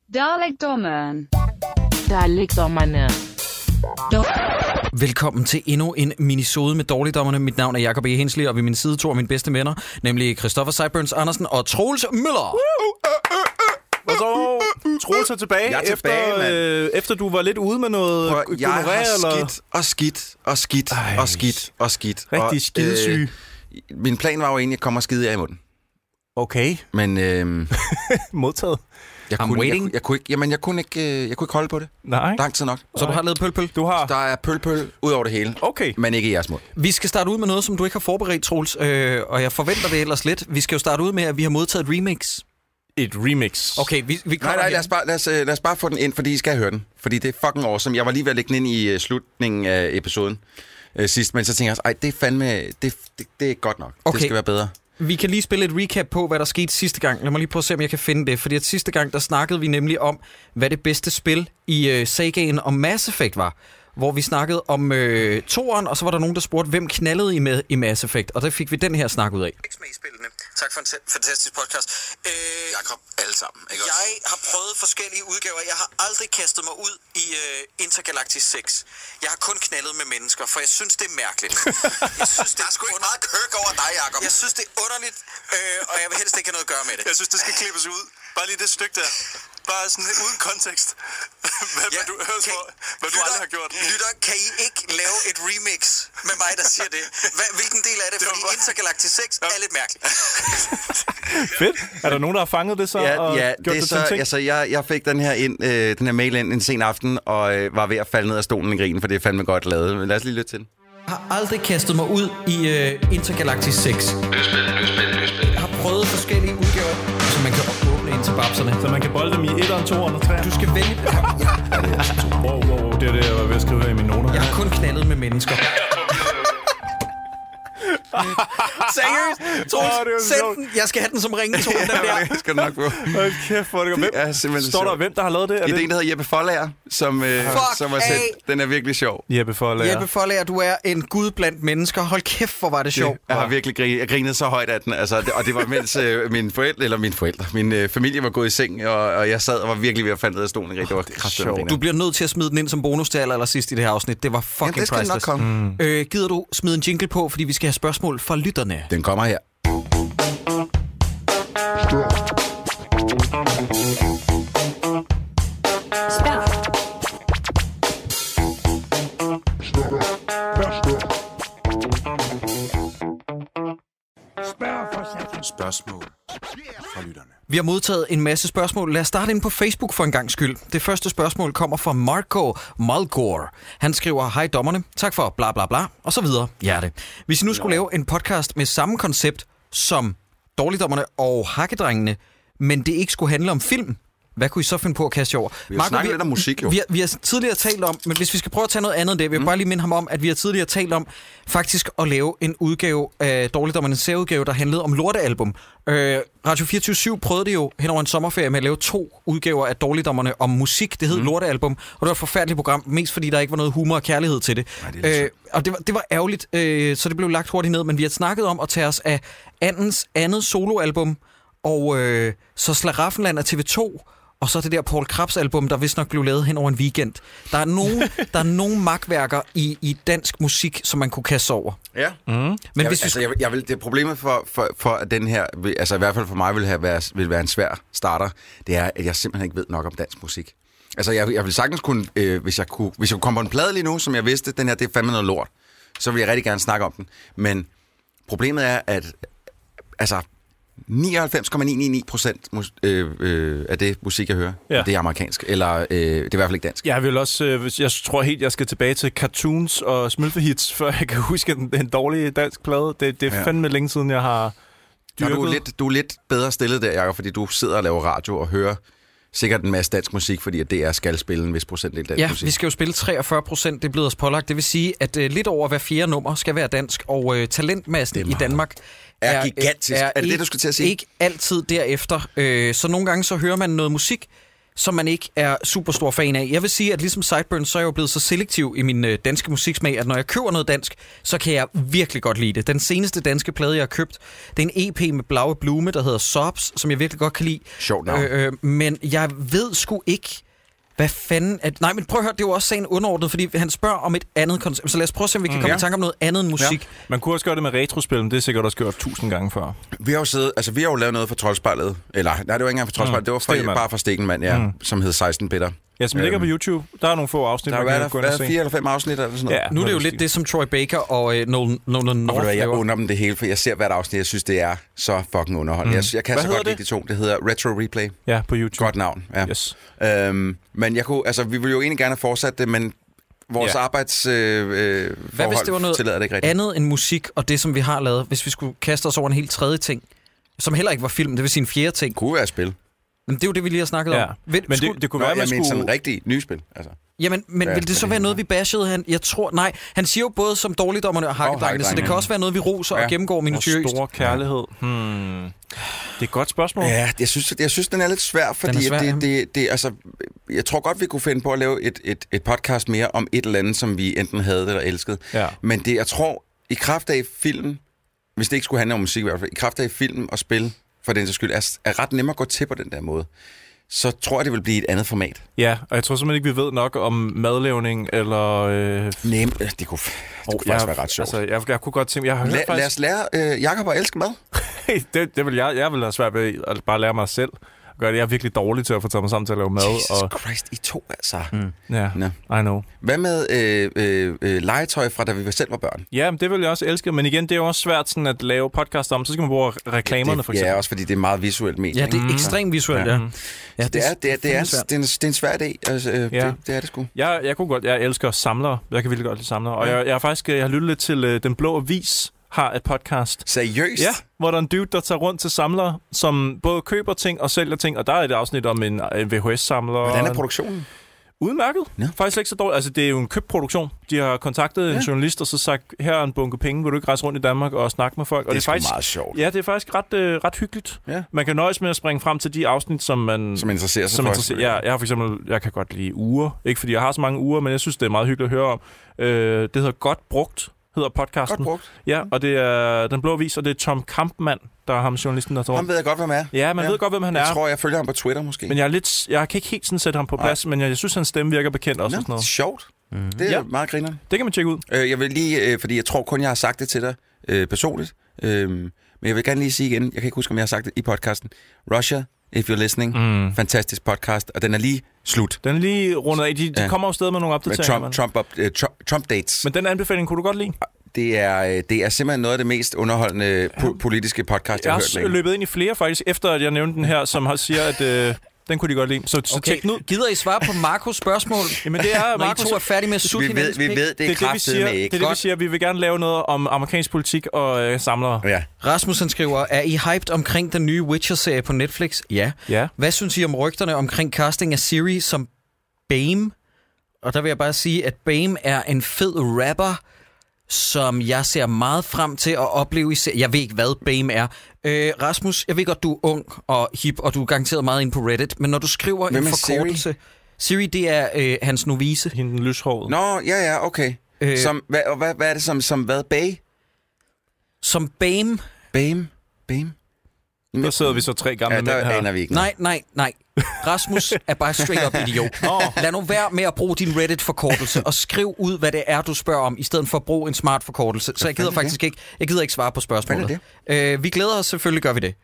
Dalekdommeren. Dalekdommerne. Velkommen til endnu en minisode med Dårligdommerne. Mit navn er Jacob E. Hensley, og ved min side to af mine bedste venner, nemlig Christopher Sideburns Andersen og Troels Møller. Og så Troels er tilbage, efter du var lidt ude med noget gonorrhea, Jeg har skidt. Rigtig skidesyg. Min plan var jo egentlig at komme og skide jer i munden. Okay. Men modtaget. Jeg kunne ikke holde på det. Nej. Lang tid nok. Så du har lavet pøl-pøl? Du har. Der er pøl ud over det hele. Okay. Men ikke i jeres mund. Vi skal starte ud med noget, som du ikke har forberedt, Troels. Og jeg forventer det ellers lidt. Vi skal jo starte ud med, at vi har modtaget et remix. Et remix. Okay, vi Nej, lad os bare få den ind, fordi I skal høre den. Fordi det er fucking awesome. Jeg var lige ved at lægge den ind i slutningen af episoden sidst, men så tænker jeg også, det er fandme, det er godt nok. Okay. Det skal være bedre. Vi kan lige spille et recap på, hvad der skete sidste gang. Lad mig lige prøve at se, om jeg kan finde det. Fordi at sidste gang, der snakkede vi nemlig om, hvad det bedste spil i sagaen om Mass Effect var. Hvor vi snakkede om toeren, og så var der nogen, der spurgte, hvem knaldede I med i Mass Effect? Og der fik vi den her snak ud af. Med i spillene. Tak for en fantastisk podcast. Jakob, alle sammen. Ikke også? Jeg har prøvet forskellige udgaver. Jeg har aldrig kastet mig ud i Intergalactic 6. Jeg har kun knaldet med mennesker, for jeg synes, det er mærkeligt. Jeg synes, det er sgu ikke meget Kirk over dig, Jacob. Jeg synes, det er underligt, og jeg vil helst ikke have noget at gøre med det. Jeg synes, det skal klippes ud. Bare lige det stykke der. Bare sådan uden kontekst. hvad du aldrig har gjort. Lytter, kan I ikke lave et remix med mig, der siger det? Hvilken del af det? Fordi Intergalactic 6 er lidt mærkeligt. Fedt. Er der nogen, der har fanget det så? Ja, det så, jeg fik den her mail ind en sen aften, og var ved at falde ned af stolen i grinen, for det er fandme godt lavet. Men lad os lige lytte til den. Jeg har aldrig kastet mig ud i Intergalactic 6. Jeg har prøvet forskellige udgaver, så man kan åbne ind til babserne. Så man kan bolde dem i 1'eren, 2'eren og 3'eren? Du skal vælge... Wow, det er det, jeg var ved at skrive her i mine noter. Jeg har kun knaldet med mennesker. Seriøst? Send den. Jeg skal have den som ringetone, den der. Det skal du nok få. Hold kæft, hvor det går. Står der, hvem der har lavet det? Det er en, der hedder Jeppe Forlager, som har sendt. Den er virkelig sjov. Jeppe Forlager, du er en gud blandt mennesker. Hold kæft, hvor var det sjovt. Jeg har virkelig grinet så højt af den. Altså, og det var mens min familie var gået i seng, og jeg sad og var virkelig ved at falde ned af stolen. Det var kraftigt. Du bliver nødt til at smide den ind som bonus til allersidst i det her afsnit. Det var fucking priceless. Gider du smide en jingle på, fordi vi skal have spørgsmål fra lytterne? Den kommer her. Spørgsmål fra lytterne. Vi har modtaget en masse spørgsmål. Lad os starte ind på Facebook for en gang skyld. Det første spørgsmål kommer fra Marco Malgore. Han skriver, hej dommerne, tak for bla bla bla, og så videre. Hjerte. Hvis I nu skulle lave en podcast med samme koncept som Dårligdommerne og Hakkedrengene, men det ikke skulle handle om film, hvad kunne I så finde på at kaste over? Vi har snakket lidt om musik, jo. Vi har tidligere talt om, men hvis vi skal prøve at tage noget andet end det, vil jeg bare lige minde ham om, at vi har tidligere talt om faktisk at lave en udgave af Dårligdommernes særudgave, der handlede om lortealbum. Radio 24/7 prøvede det jo hen over en sommerferie med at lave 2 udgaver af Dårligdommerne om musik. Det hed Lortealbum, og det var et forfærdeligt program, mest fordi der ikke var noget humor og kærlighed til det. Nej, og det var ærgerligt, så det blev lagt hurtigt ned, men vi har snakket om at tage os af Andens andet soloalbum, og så Slaraffenland af TV2, og så det der Paul Krabs album, der vist nok blev lavet hen over en weekend. Der er nogle magtværker i dansk musik, som man kunne kaste over. Ja. Men det er problemet for den her, altså i hvert fald for mig vil være en svær starter, det er, at jeg simpelthen ikke ved nok om dansk musik. Altså jeg vil sagtens kunne, hvis jeg kunne komme på en plade lige nu, som jeg vidste, den her, det er fandme noget lort, så vil jeg rigtig gerne snakke om den. Men problemet er, at altså 99,999% af det musik, jeg hører, det er amerikansk, eller det er i hvert fald ikke dansk. Jeg vil også, jeg tror helt, jeg skal tilbage til cartoons og smølfehits, før jeg kan huske en dårlig dansk plade. Det er fandme længe siden, jeg har dyrket. Du er lidt bedre stillet der, Jacob, fordi du sidder og laver radio og hører sikkert en masse dansk musik, fordi at DR skal spille en vis procentdel dansk musik. Ja, vi skal jo spille 43%, det er blevet os pålagt. Det vil sige, at lidt over hver 4. nummer skal være dansk, og talentmassen i Danmark er gigantisk. Er det det, du skal til at sige? Ikke altid derefter. Så nogle gange så hører man noget musik, som man ikke er super stor fan af. Jeg vil sige, at ligesom Sideburns, så er jeg jo blevet så selektiv i min danske musiksmag, at når jeg køber noget dansk, så kan jeg virkelig godt lide det. Den seneste danske plade, jeg har købt, det er en EP med Blaue Blume, der hedder Sobs, som jeg virkelig godt kan lide. Sjovt navn. Men jeg ved sgu ikke, hvad fanden... Nej, men prøv at høre, det er jo også sagen underordnet, fordi han spørger om et andet koncept. Så lad os prøve at se, om vi kan komme i tanke om noget andet end musik. Ja. Man kunne også gøre det med retrospil, men det er sikkert også gjort 1000 gange før. Vi har jo lavet noget for Troldspejlet. Eller, nej, det var ikke engang for Troldspejlet. Det var bare for Stegelmann, som hed 16 Bitter. Ja, som ligger på YouTube. Der er nogle få afsnit, der man kan gå ind og se. 4 eller 5 afsnit eller sådan noget. Ja, nu er det jo lidt det, som Troy Baker og Nolan North. Jeg under dem det hele, for jeg ser hvert afsnit. Jeg synes, det er så fucking underholdende. Jeg kan så godt lide de to. Det hedder Retro Replay. Ja, på YouTube. Godt navn, ja. Yes. Men jeg kunne, vi ville jo egentlig gerne have fortsat det, men vores arbejdsforhold hvad hvis det var noget andet end musik og det, som vi har lavet, hvis vi skulle kaste os over en helt tredje ting, som heller ikke var film, det vil sige en fjerde ting? Kunne være spil. Men det er jo det, vi lige har snakket om. Men det kunne være, at man skulle... sådan en rigtig ny spil, altså. Jamen, men vil det så være noget, vi bashede? Jeg tror, nej. Han siger jo både som dårligdommerne og hakkedrengene, så det kan også være noget, vi roser og gennemgår minutiøst. Og stor kærlighed. Det er et godt spørgsmål. Ja, jeg synes den er lidt svær, fordi jeg tror godt, vi kunne finde på at lave et podcast mere om et eller andet, som vi enten havde eller elskede. Ja. Men det, jeg tror, i kraft af film, hvis det ikke skulle handle om musik i hvert fald, i kraft af film og spil, for den skyld, er ret nemmere at gå til på den der måde. Så tror jeg, det vil blive et andet format. Ja, og jeg tror simpelthen ikke, vi ved nok om madlavning, eller... Nej, det kunne faktisk være ret sjovt. Altså, jeg kunne godt tænke... Lad os lære Jakob at elske mad. det vil jeg vil have svært ved at bare lære mig selv. Jeg er virkelig dårlig til at få taget mig sammen til at lave mad. Jesus Christ, I to altså. Ja, I know. Hvad med legetøj fra, da vi selv var børn? Ja, det vil jeg også elske, men igen, det er jo også svært sådan at lave podcast om. Så skal man bruge reklamerne, for eksempel. Ja, også fordi det er meget visuelt medie. Ja, det er ekstremt visuelt, ja. Ja, det er en svær dag. Altså, det er det sgu. Jeg elsker samlere. Jeg kan virkelig godt lide samlere. Og jeg har lyttet lidt til Den Blå Avis, har et podcast. Seriøst? Ja, hvor der er en dude, der tager rundt til samlere, som både køber ting og sælger ting, og der er et afsnit om en VHS-samler. Hvordan er produktionen? Udmærket. Ja. Faktisk ikke så dårligt. Altså, det er jo en købt produktion. De har kontaktet en journalist og så sagt, her er en bunke penge, vil du ikke rejse rundt i Danmark og snakke med folk? Og det er faktisk meget sjovt. Ja, det er faktisk ret hyggeligt. Ja. Man kan nøjes med at springe frem til de afsnit, som interesserer sig for. Jeg for eksempel, jeg kan godt lide uger. Ikke fordi jeg har så mange uger, men jeg synes, det er meget hyggeligt at høre om. Det hedder Godt Brugt, hedder podcasten. Godt brugt. Ja, og det er Den Blå Avis, og det er Tom Kampmann, der er ham journalisten, der tror. Han ved jeg godt, hvem er. Ja, man ved godt, hvem han er. Jeg tror, jeg følger ham på Twitter måske. Men jeg kan ikke helt sådan sætte ham på plads, men jeg synes, hans stemme virker bekendt også. Og sådan noget. Sjovt. Det er meget grineren. Det kan man tjekke ud. Jeg vil lige, fordi jeg tror kun, jeg har sagt det til dig personligt, men jeg vil gerne lige sige igen, jeg kan ikke huske, om jeg har sagt det i podcasten. Russia, if you're listening. Fantastisk podcast, og den er lige slut. Den er lige rundet af. De kommer jo stadig med nogle opdateringer. Trump dates. Men den anbefaling kunne du godt lide? Det er simpelthen noget af det mest underholdende politiske podcast, jeg har hørt længe. Jeg har løbet ind i flere faktisk, efter at jeg nævnte den her, som siger, at den kunne de godt lide. Så tjek den ud. Gider I svare på Marcos spørgsmål? Jamen det er Marcos. Når I to er færdige med at sutte hinandens pik. Vi ved, det er kraftedeme ikke. Det er det, vi siger. Vi vil gerne lave noget om amerikansk politik og samlere. Ja. Rasmussen skriver, er I hyped omkring den nye Witcher-serie på Netflix? Ja. Hvad synes I om rygterne omkring casting af Siri som Bame? Og der vil jeg bare sige, at Bame er en fed rapper, som jeg ser meget frem til at opleve i serien. Jeg ved ikke, hvad Bame er. Rasmus, jeg ved godt, du er ung og hip, og du er garanteret meget inde på Reddit, men når du skriver en forkortelse... Siri, det er hans novice. Hende lyshåret. Nå, ja, okay. Hvad er det som hvad? Bay? Som Bame. Bame? Der sidder vi så 3 gamle mænd her. Aner vi ikke. Nej. Rasmus er bare straight up idiot. Lad nu være med at bruge din Reddit-forkortelse og skriv ud, hvad det er, du spørger om, i stedet for at bruge en smart forkortelse. Så jeg gider faktisk ikke svare på spørgsmålet. Vi glæder os, selvfølgelig gør vi det.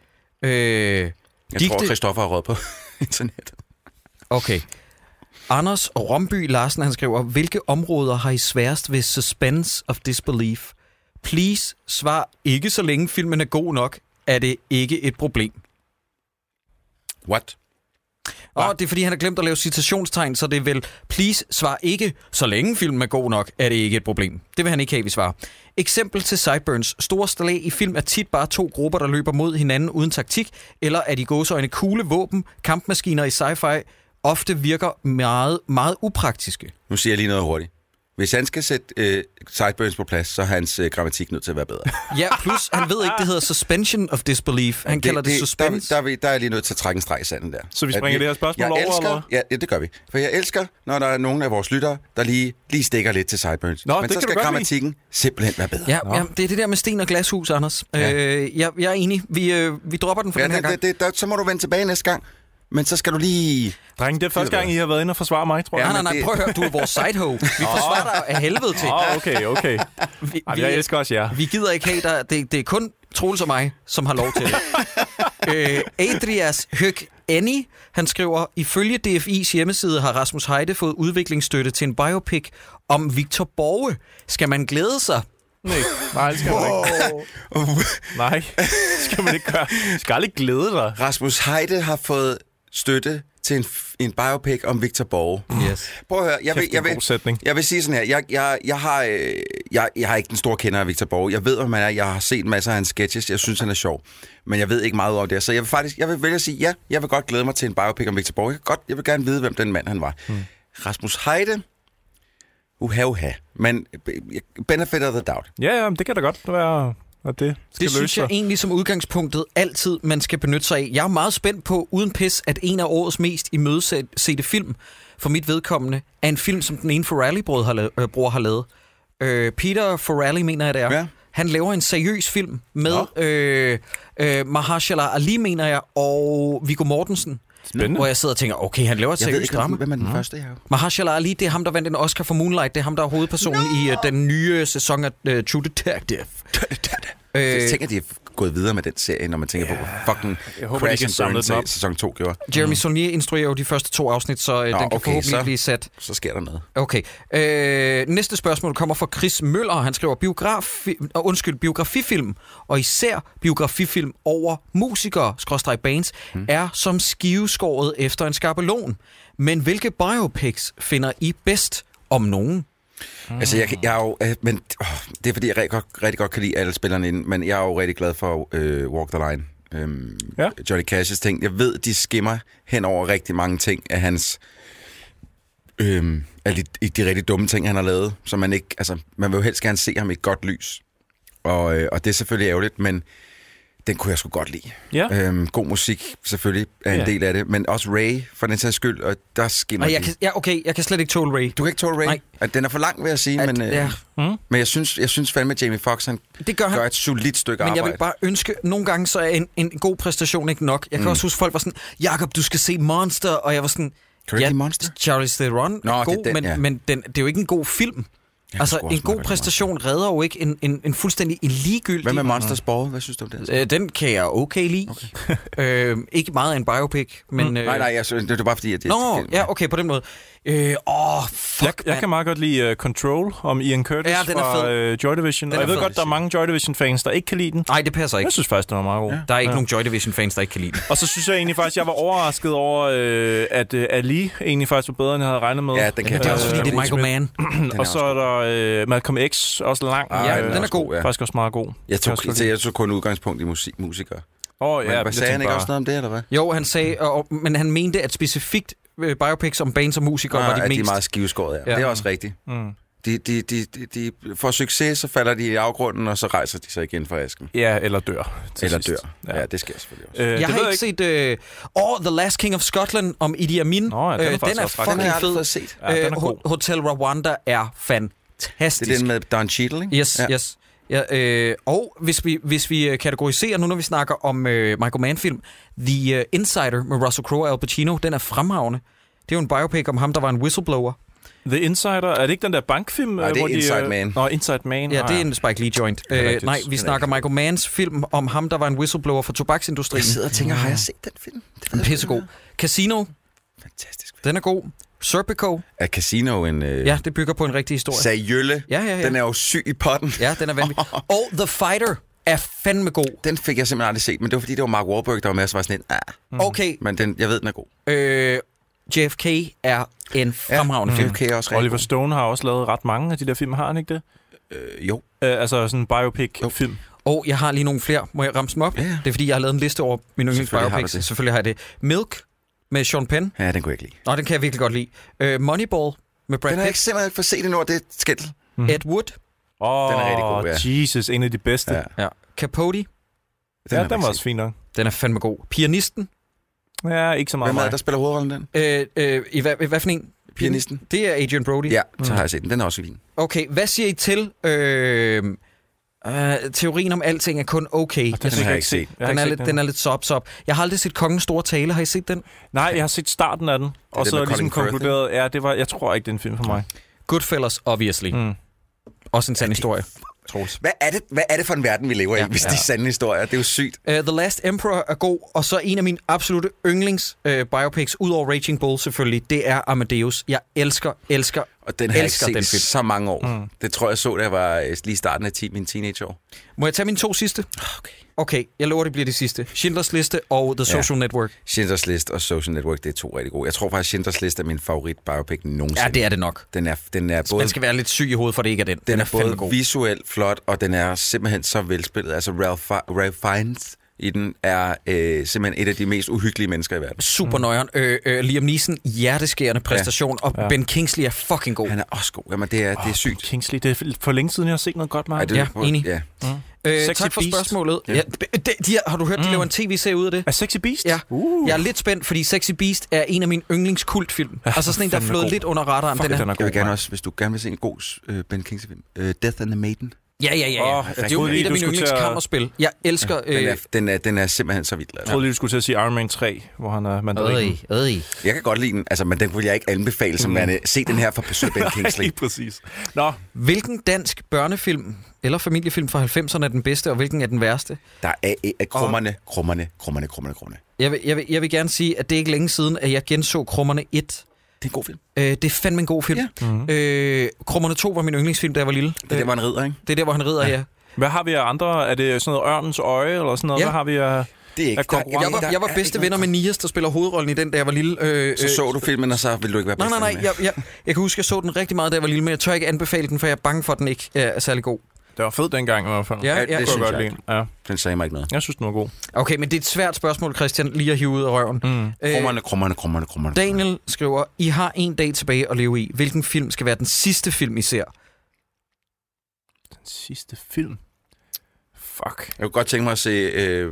Jeg tror, Christoffer har råd på internettet. Okay. Anders Romby Larsen, han skriver, hvilke områder har I sværest ved suspense of disbelief? Please, svar ikke, så længe filmen er god nok, er det ikke et problem. What? Det er fordi, han har glemt at lave citationstegn, så det er vel, please, svar ikke, så længe filmen er god nok, er det ikke et problem. Det vil han ikke have, vi svarer. Eksempel til Sideburns. Store slag i film er tit bare 2 grupper, der løber mod hinanden uden taktik, eller er de gåseøjne coole våben, kampmaskiner i sci-fi, ofte virker meget, meget upraktiske. Nu siger jeg lige noget hurtigt. Hvis han skal sætte Sideburns på plads, så er hans grammatik nødt til at være bedre. Ja, plus han ved ikke, det hedder suspension of disbelief. Han kalder det suspense. Der er jeg lige nødt til at trække en streg i sanden der. Så vi springer det her spørgsmål over, eller? Ja, det gør vi. For jeg elsker, når der er nogle af vores lyttere, der lige stikker lidt til Sideburns. Men så skal grammatikken simpelthen være bedre. Ja, det er det der med sten og glashus, Anders. Ja. Jeg er enig. Vi dropper den for den her gang. Så må du vende tilbage næste gang. Men så skal du lige... Drenge, det er første gang, I har været inde og forsvare mig, tror jeg. Nej, prøv at høre, du er vores sideho. Vi forsvarer dig af helvede til. Okay. Jeg elsker også jer. Vi gider ikke have dig. Det er kun Troels og mig, som har lov til det. Adrias Høg Annie, han skriver, ifølge DFI's hjemmeside har Rasmus Heide fået udviklingsstøtte til en biopic om Victor Borge. Skal man glæde sig? Nej, det skal man ikke. Nej, skal man ikke gøre. Skal aldrig glæde dig. Rasmus Heide har fået støtte til en biopic om Victor Borge. Yes. Prøv at høre, jeg vil sige sådan her, jeg har ikke den store kender af Victor Borge. Jeg ved, hvad man er. Jeg har set masser af hans sketches. Jeg synes, han er sjov. Men jeg ved ikke meget om det. Så jeg vil vælge at sige, ja, jeg vil godt glæde mig til en biopic om Victor Borge. Jeg vil gerne vide, hvem den mand han var. Rasmus Heide, men benefit of the doubt. Ja, det kan da godt være, at det skal løse synes jeg egentlig som udgangspunktet altid, man skal benytte sig af. Jeg er meget spændt på, uden pis, at en af årets mest imødesete film, for mit vedkommende, er en film, som den ene Farrelly-bror har lavet. Peter Farrelly, mener jeg, det er. Ja. Han laver en seriøs film med Mahershala Ali, mener jeg, og Viggo Mortensen. Spændende. Hvor jeg sidder og tænker, okay, han laver et seriøst drama. Hvem er den første, jeg har? Mahershala Ali, det er ham, der vandt en Oscar for Moonlight. Det er ham, der er hovedpersonen i den nye sæson af True Detective. Jeg tænker, de er gået videre med den serie, når man tænker på, fucking Crash and Burn sæson 2 gjorde. Jeremy Saulnier instruerer jo de første 2 afsnit, så den kan forhåbentlig blive sat. Så sker der noget. Okay. Næste spørgsmål kommer fra Chris Møller. Han skriver, biografifilm, og især biografifilm over musikere, / bands, er som skiveskåret efter en skabelon. Men hvilke biopics finder I bedst om nogen? Altså, jeg er jo... Men det er, fordi jeg rigtig godt kan lide alle spillerne inden, men jeg er jo rigtig glad for Walk the Line. Johnny Cash's ting. Jeg ved, de skimmer hen over rigtig mange ting af hans... alle de rigtig dumme ting, han har lavet, så man ikke... Altså, man vil jo helst gerne se ham i et godt lys. Og det er selvfølgelig ærgerligt, men den kunne jeg sgu godt lide. Ja. God musik selvfølgelig er en del af det, men også Ray for den sags skyld, og der skinner jeg kan slet ikke tåle Ray. Du kan ikke tåle Ray? Nej. Den er for lang, vil jeg sige, men jeg synes fandme, at Jamie Foxx gør et solidt stykke arbejde. Men jeg vil bare ønske, nogle gange så er en god præstation ikke nok. Jeg kan også huske, folk var sådan, Jakob, du skal se Monster, og jeg var sådan, kan du ikke Monster? Charlize Theron er god, men det er jo ikke en god film. Altså, en god præstation redder jo ikke en fuldstændig ligegyldig... Hvad med Monsters Ball? Hvad synes du om det? Den kan jeg okay lide. Okay. Ikke meget af en biopic, men... Nej, det er bare fordi, at det... Ja, okay, på den måde. Jeg kan meget godt lide Control om Ian Curtis fra Joy Division. Og jeg ved godt, der er mange Joy Division-fans, der ikke kan lide den. Nej, det passer ikke. Jeg synes faktisk, den var meget god. Ja. Der er ikke nogen Joy Division-fans, der ikke kan lide den. Og så synes jeg egentlig faktisk, jeg var overrasket over, at Ali egentlig faktisk var bedre, end jeg havde regnet med. Ja, den kan det er også fordi, det er Michael Mann. Og så er der Malcolm X, også lang. Ja, den er god. Faktisk også meget god. Jeg tog kun udgangspunkt i musikere. Men sagde han ikke også noget om det, eller hvad? Jo, han sagde, men han mente, at specifikt biopics om bands og musikere var de mest... de er meget skiveskåret, ja. Det er også rigtigt. De får succes, så falder de i afgrunden, og så rejser de sig igen fra asken. Ja, eller dør. Ja, det sker selvfølgelig også. Jeg har ikke set The Last King of Scotland om Idi Amin. Den er fucking fed. Hotel Rwanda er fantastisk. Det er den med Don Cheadle, ikke? Yes. Ja, og hvis vi kategoriserer, nu når vi snakker om Michael Mann-film, The Insider med Russell Crowe og Al Pacino, den er fremragende. Det er jo en biopic om ham, der var en whistleblower. The Insider, er det ikke den der bankfilm? Nej, det er Inside Man. Inside Man. Ja, det er en Spike Lee joint. Nej, vi snakker Michael Manns film om ham, der var en whistleblower for tobaksindustrien. Jeg sidder og tænker, har jeg set den film? Den er pissegod. Casino. Fantastisk film. Den er god. Serpico. Er Casino en... Ja, det bygger på en rigtig historie. Seriølle. Ja. Den er jo syg i potten. Ja, den er vanvittig. Og The Fighter er fandme god. Den fik jeg simpelthen aldrig set, men det var fordi, det var Mark Wahlberg, der var med, så var sådan en... Okay. Men jeg ved, den er god. JFK er en fremragende film. JFK er også Oliver Stone har også lavet ret mange af de der film, har han ikke det? Jo. Altså sådan en biopic-film. Og jeg har lige nogle flere. Må jeg ramse dem op? Ja. Det er fordi, jeg har lavet en liste over mine yndlingsbiopics. Selvfølgelig har jeg det. Milk med Sean Penn. Ja, den kunne jeg ikke lide. Nå, den kan jeg virkelig godt lide. Moneyball med Brad Den har jeg Pitt. ikke simpelthen for set endnu, det er skændel. Ed Wood. Den er rigtig god, ja. Jesus, en af de bedste. Ja. Ja. Capote. Den var også fin nok. Den er fandme god. Pianisten. Ja, ikke så meget Hvem er mig. der spiller hovedrollen den? I hvad for en? Pianisten? Det er Adrian Brody. Ja, så har jeg set den. Den er også fin. Okay, hvad siger I til teorien om alting er kun okay? Den har jeg ikke set. Den er lidt sop. Jeg har aldrig set Kongens Store Tale. Har I set den? Nej, jeg har set starten af den. Og så ligesom konkluderet, jeg tror ikke, det er en film for mig. Goodfellas, obviously. Også en sand historie. Hvad er det for en verden, vi lever i, hvis de er sande historier? Det er jo sygt. The Last Emperor er god, og så en af mine absolutte yndlings biopics, udover Raging Bull selvfølgelig, det er Amadeus. Jeg elsker og den har jeg ikke set den i så mange år. Det tror jeg så, da jeg var lige starten af mine teenageår. Må jeg tage mine 2 sidste? Okay, jeg lover, det bliver det sidste. Schindlers Liste og The Social Network. Schindlers List og Social Network, det er 2 rigtig gode. Jeg tror faktisk, Schindlers List er min favorit biopic nogensinde. Ja, det er det nok. Den er både... Man skal være lidt syg i hovedet, for det ikke er den. Den er både god. Visuelt flot, og den er simpelthen så velspillet. Altså, Ralph Fiennes i den er simpelthen et af de mest uhyggelige mennesker i verden. Super nøjeren. Liam Neeson, hjerteskærende præstation, og Ben Kingsley er fucking god. Han er også god. Jamen, det er sygt. Ben Kingsley, det er for længe siden, jeg har set noget godt med ham. Ja, enig. Ja. Tak for spørgsmålet. Ja. Har du hørt, de laver en tv-serie ud af det? Er Sexy Beast? Ja. Jeg er lidt spændt, fordi Sexy Beast er en af mine yndlingskultfilm. Altså sådan en, der er flået lidt under radaren. Den er god. Jeg vil gerne også, hvis du gerne vil se en god Ben Kingsley-film, Death and the Maiden. Ja. Det er jo et af mine yndlingskammerspil. Jeg elsker... Den er simpelthen så vildt. Jeg troede lige, du skulle til at sige Iron Man 3, hvor han er mandarinen. Jeg kan godt lide den, altså, men den vil jeg ikke anbefale som værende. Se den her fra besøg Ben Kingsley. Præcis. Nå. Hvilken dansk børnefilm eller familiefilm fra 90'erne er den bedste, og hvilken er den værste? Der er Krummerne. Jeg vil gerne sige, at det er ikke længe siden, at jeg genså Krummerne 1. Det er en god film. Det er fandme en god film. Ja. Krummerne 2 var min yndlingsfilm, da jeg var lille. Det er der, hvor han rider, ikke? Det er der, hvor han rider, ja. Hvad har vi af andre? Er det sådan noget Ørnens Øje, eller sådan noget? Ja. Hvad har vi af... Det er ikke, jeg var bedste venner med Nias, der spiller hovedrollen i den, da jeg var lille. Så du filmen, og så ville du ikke være bedste Nej. Jeg kan huske, jeg så den rigtig meget, da jeg var lille, men jeg tør ikke anbefale den, for jeg er bange for, at den ikke er særlig god. Det var fedt dengang i hvert fald. Ja, det synes jeg ikke. Ja. Den sagde mig ikke noget. Jeg synes, den var god. Okay, men det er et svært spørgsmål, Christian, lige at hive ud af røven. Krummerne. Daniel skriver, I har en dag tilbage at leve i. Hvilken film skal være den sidste film, I ser? Den sidste film? Fuck. Jeg kunne godt tænke mig at se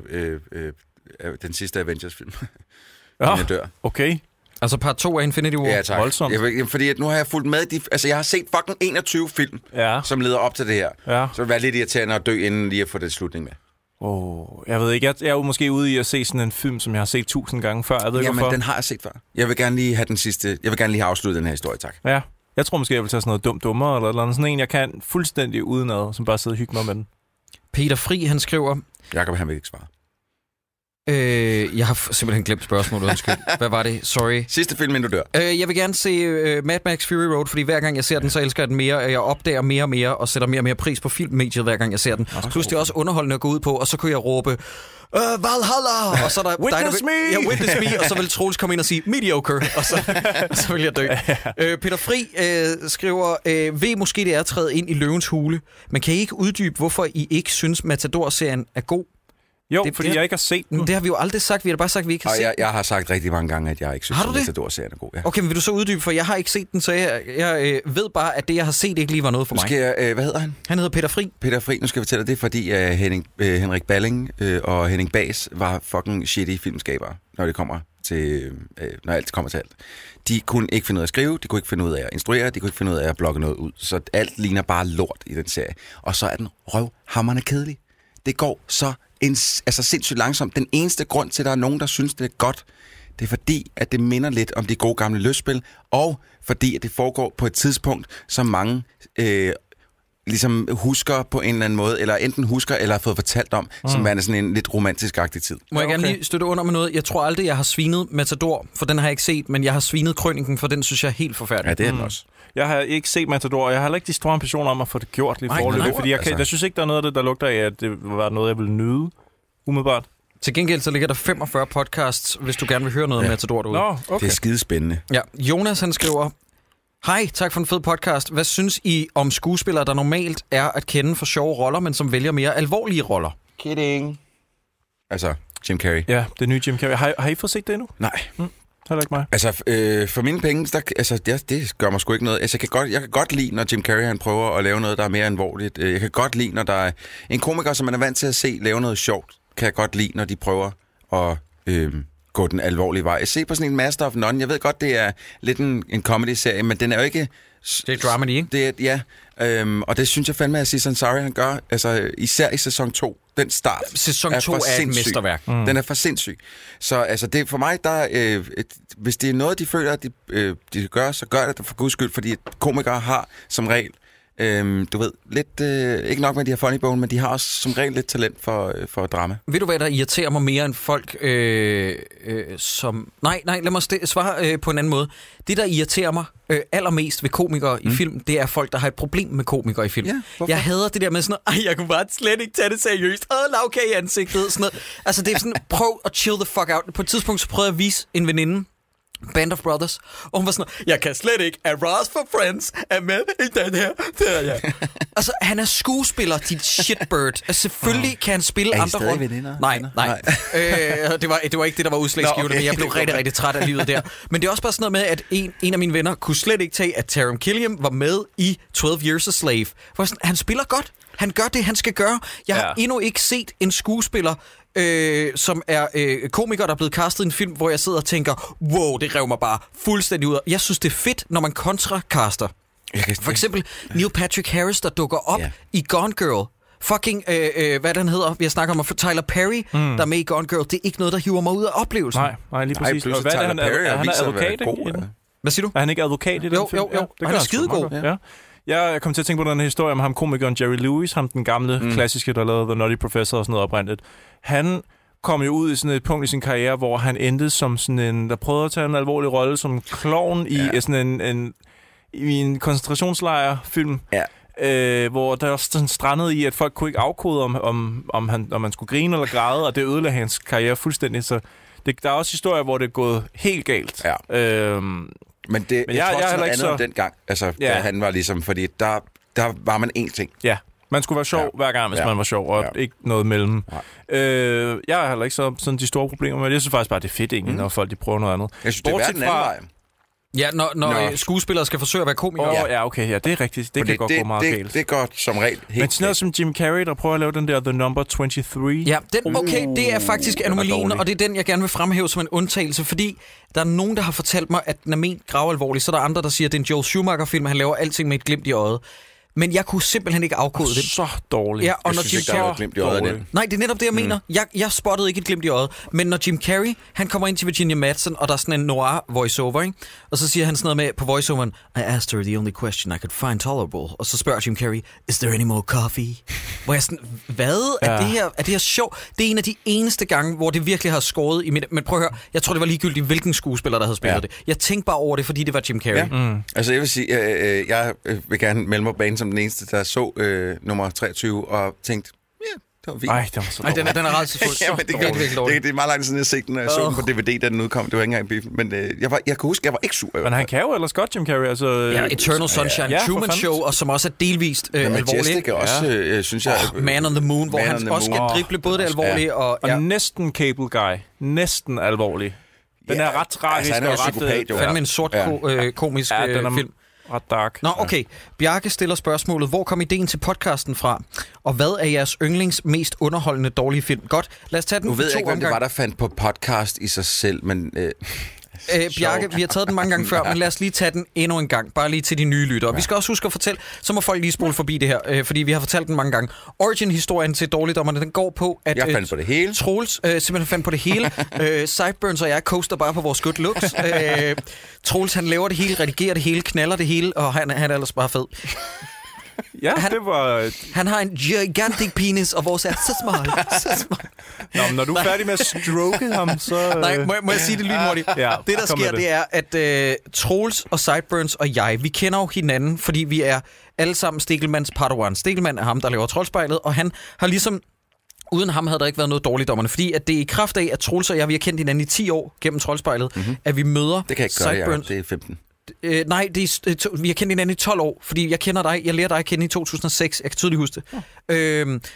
den sidste Avengers-film. Ja, dør. Okay. Altså part 2 af Infinity War? Ja, tak. Voldsomt. Fordi at nu har jeg fulgt med. Jeg har set fucking 21 film, som leder op til det her. Ja. Så det vil være lidt irriterende at dø, inden lige at få det slutning med. Jeg ved ikke. Jeg er jo måske ude i at se sådan en film, som jeg har set 1000 gange før. Jeg ved ikke, men den har jeg set før. Jeg vil gerne lige have den sidste. Jeg vil gerne lige have afsluttet den her historie, tak. Ja. Jeg tror måske, jeg vil tage sådan noget dummere eller sådan en, jeg kan fuldstændig udenad, som bare sidder og hygger mig med den. Peter Fri, han skriver... Jakob, han vil ikke svare. Jeg har simpelthen glemt spørgsmålet, undskyld. Hvad var det? Sorry. Sidste film, inden du dør. Jeg vil gerne se Mad Max Fury Road, fordi hver gang jeg ser den, så elsker jeg den mere, og jeg opdager mere og mere, og sætter mere og mere pris på filmmediet, hver gang jeg ser den. Plus det er også underholdende at gå ud på, og så kunne jeg råbe, Valhalla! Og så er der Witness me! Ja, Witness me! Og så vil Troels komme ind og sige, mediocre! Og så vil jeg dø. Peter Fri skriver, ved måske det er at træde ind i løvens hule, men kan I ikke uddybe, hvorfor I ikke synes, Matador-serien er god? Jo, fordi jeg ikke har set den. Det har vi jo aldrig sagt. Vi har bare sagt, at vi ikke har set den. Jeg har sagt rigtig mange gange, at jeg ikke synes, at Matador-serien er god. Ja. Okay, men vil du så uddybe, for jeg har ikke set den, så jeg ved bare, at det, jeg har set, ikke lige var noget for mig. Hvad hedder han? Han hedder Peter Fri. Peter Fri, nu skal jeg fortælle dig det, fordi Henrik Balling og Henning Baes var fucking shitty filmskabere, når det kommer til, når alt kommer til alt. De kunne ikke finde ud af at skrive, de kunne ikke finde ud af at instruere, de kunne ikke finde ud af at blogge noget ud. Så alt ligner bare lort i den serie. Og så er den røvhamrende kedelig. Det går så sindssygt langsomt. Den eneste grund til, at der er nogen, der synes, det er godt, det er fordi, at det minder lidt om de gode gamle lystspil, og fordi, at det foregår på et tidspunkt, som mange ligesom husker på en eller anden måde, eller enten husker, eller har fået fortalt om, som er sådan en lidt romantisk-agtig tid. Må jeg gerne lige støtte under med noget? Jeg tror aldrig, jeg har svinet Matador, for den har jeg ikke set, men jeg har svinet Krøniken, for den synes jeg er helt forfærdelig. Ja, det er den også. Jeg har ikke set Matador, og jeg har heller ikke de store ambitioner om at få det gjort lige forløbet, fordi jeg synes ikke, der er noget af det, der lugter af, at det var noget, jeg ville nyde umiddelbart. Til gengæld så ligger der 45 podcasts, hvis du gerne vil høre noget om Matador derude. Nå, okay. Det er skidespændende. Ja, Jonas han skriver, hej, tak for en fed podcast. Hvad synes I om skuespillere, der normalt er at kende for sjove roller, men som vælger mere alvorlige roller? Kidding. Altså, Jim Carrey. Ja, det nye Jim Carrey. Har I fået set det endnu? Nej. Heller ikke mig. Altså, for mine penge, det gør mig sgu ikke noget. Altså, jeg kan godt lide, når Jim Carrey han prøver at lave noget, der er mere alvorligt. Jeg kan godt lide, når der er en komiker, som man er vant til at se lave noget sjovt, kan jeg godt lide, når de prøver at gå den alvorlige vej. Jeg ser på sådan en Master of None. Jeg ved godt, det er lidt en comedy-serie, men den er jo ikke... Det er dramedy, ikke? Det er, ja, og det synes jeg fandme, at Aziz Ansari han gør. Altså, især i sæson 2. Den start sæson 2 er et mesterværk. Den er for sindssyg. Så altså, det for mig, der, hvis det er noget, de føler, at de gør, så gør det for guds skyld, fordi komikere har som regel, du ved, lidt, ikke nok med de her funny bone, men de har også som regel lidt talent for drama. Ved du, hvad der irriterer mig mere end folk, som... Nej, lad mig svare på en anden måde. Det, der irriterer mig allermest ved komikere i film, det er folk, der har et problem med komikere i film. Ja, jeg hader det der med sådan noget, jeg kunne bare slet ikke tage det seriøst. Lavkage i ansigtet, sådan noget. Altså, det er sådan, prøv at chill the fuck out. På et tidspunkt, så prøvede jeg at vise en veninde, Band of Brothers, og hun var sådan, jeg kan slet ikke, at Ross for Friends er med i den her. Altså, han er skuespiller, dit shitbird. Altså, selvfølgelig kan han spille andre roller. Veninder? Nej. Det var ikke det, der var udslagsgivende, men jeg blev rigtig, rigtig træt af livet der. Men det er også bare sådan noget med, at en af mine venner kunne slet ikke tage, at Taron Killam var med i 12 Years a Slave. For sådan, han spiller godt. Han gør det, han skal gøre. Jeg har endnu ikke set en skuespiller, som er komiker, der er blevet castet i en film, hvor jeg sidder og tænker, wow, det rev mig bare fuldstændig ud. Jeg synes, det er fedt, når man kontracaster. For eksempel Neil Patrick Harris, der dukker op i Gone Girl. Fucking, hvad den hedder, vi har snakket om, Tyler Perry, der er med i Gone Girl. Det er ikke noget, der hiver mig ud af oplevelsen. Nej, lige præcis. Og hvad er han er advokat, ikke? Hvad siger du? Er han ikke advokat i den film? Jo. Han er skidegod. Ja. Jeg kom til at tænke på den historie om ham, komikeren Jerry Lewis, ham den gamle klassiske, der lavede The Nutty Professor og sådan noget oprindeligt. Han kom jo ud i sådan et punkt i sin karriere, hvor han endte som sådan en, der prøvede at tage en alvorlig rolle som klovn i sådan en koncentrationslejrfilm. Ja. Hvor der også sådan strandede i, at folk kunne ikke afkode, om man skulle grine eller græde, og det ødelagde hans karriere fuldstændig. Så der er også historier, hvor det er gået helt galt. Ja. Men jeg tror også noget andet om dengang, altså, da han var ligesom, fordi der var man én ting. Ja, man skulle være sjov hver gang, hvis man var sjov, og ikke noget mellem. Jeg har heller ikke sådan de store problemer med det. Jeg synes faktisk bare, det er fedt egentlig, når folk de prøver noget andet. Jeg synes, det er værd den anden vej. Ja, når skuespillere skal forsøge at være komikere. Ja, okay, ja, det er rigtigt. Det kan godt gå meget galt. Det er godt som regel helt. Men sådan noget som Jim Carrey, der prøver at lave den der The Number 23. Ja, det er faktisk anomalien, og det er den, jeg gerne vil fremhæve som en undtagelse, fordi der er nogen, der har fortalt mig, at den er ment gravalvorlig, så der er andre, der siger, at det er en Joel Schumacher-film, han laver alting med et glimt i øjet. Men jeg kunne simpelthen ikke afkode det. Så dårligt. Ja, og jeg synes ikke, der var et glimt i øjet af den. Nej, det er netop det, jeg mener. Jeg spottede ikke et glimt i øjet. Men når Jim Carrey, han kommer ind til Virginia Madsen, og der er sådan en noir voiceover, ikke? Og så siger han sådan noget med på voiceoveren, I asked her the only question I could find tolerable. Og så spørger Jim Carrey, is there any more coffee? Hvor jeg sådan, hvad? Er det her sjov? Det er en af de eneste gange, hvor det virkelig har skåret i mit... Men prøv at høre, jeg tror, det var ligegyldigt, hvilken skuespiller, der havde spillet det. Jeg tænkte bare over det, fordi det var Jim Carrey. Ja. Altså, jeg vil sige, jeg vil gerne melde mig banen som den eneste, der så nummer 23 og tænkte, det var vildt. Ej, det var så dårligt. Den er rædselsfuld. Det er meget langt siden, jeg set den, og jeg så den på DVD, da den udkom. Det var ikke engang biffen. Men jeg kan huske, jeg var ikke sur. Men han kan jo ellers godt, Jim Carrey. Altså, Eternal Sunshine, Truman Show, og som også er delvist alvorligt. Majestic er også, synes jeg... Man on the Moon, hvor han også skal drible både det alvorlige og næsten Cable Guy. Næsten alvorlig. Den er ret tragisk og ret... Fandme en sort komisk film. Ret dark. Nå, okay. Bjarke stiller spørgsmålet, hvor kom ideen til podcasten fra? Og hvad er jeres yndlings mest underholdende dårlige film? Godt, lad os tage den. Nu ved jeg ikke, hvem det var, der fandt på podcast i sig selv, men... Bjarke, vi har taget den mange gange før, men lad os lige tage den endnu en gang. Bare lige til de nye lyttere. Vi skal også huske at fortælle, så må folk lige spole forbi det her, fordi vi har fortalt den mange gange. Origin-historien til Dårligdommerne, den går på, at jeg fandt på det hele. Troels simpelthen fandt på det hele. Sideburns og jeg coaster bare på vores good looks. Troels, han laver det hele, redigerer det hele, knaller det hele, og han er ellers bare fed. Ja, det var... Han har en gigantic penis, og vores er så smal. Nå, men når du er færdig med at stroke ham, så... Nej, må jeg sige det lynhurtigt? Ja, det, der sker, det er, at Troels og Sideburns og jeg, vi kender jo hinanden, fordi vi er alle sammen Stegelmanns padawan. Stegelmann er ham, der laver Troldspejlet, og han har ligesom... Uden ham havde der ikke været noget Dårligdommerne, fordi at det er i kraft af, at Troels og jeg, vi har kendt hinanden i 10 år gennem Troldspejlet, at vi møder det kan jeg ikke gøre, det er 15. Nej, vi har kendt hinanden i 12 år, fordi jeg kender dig, jeg lærte dig at kende i 2006, jeg kan tydeligt huske det.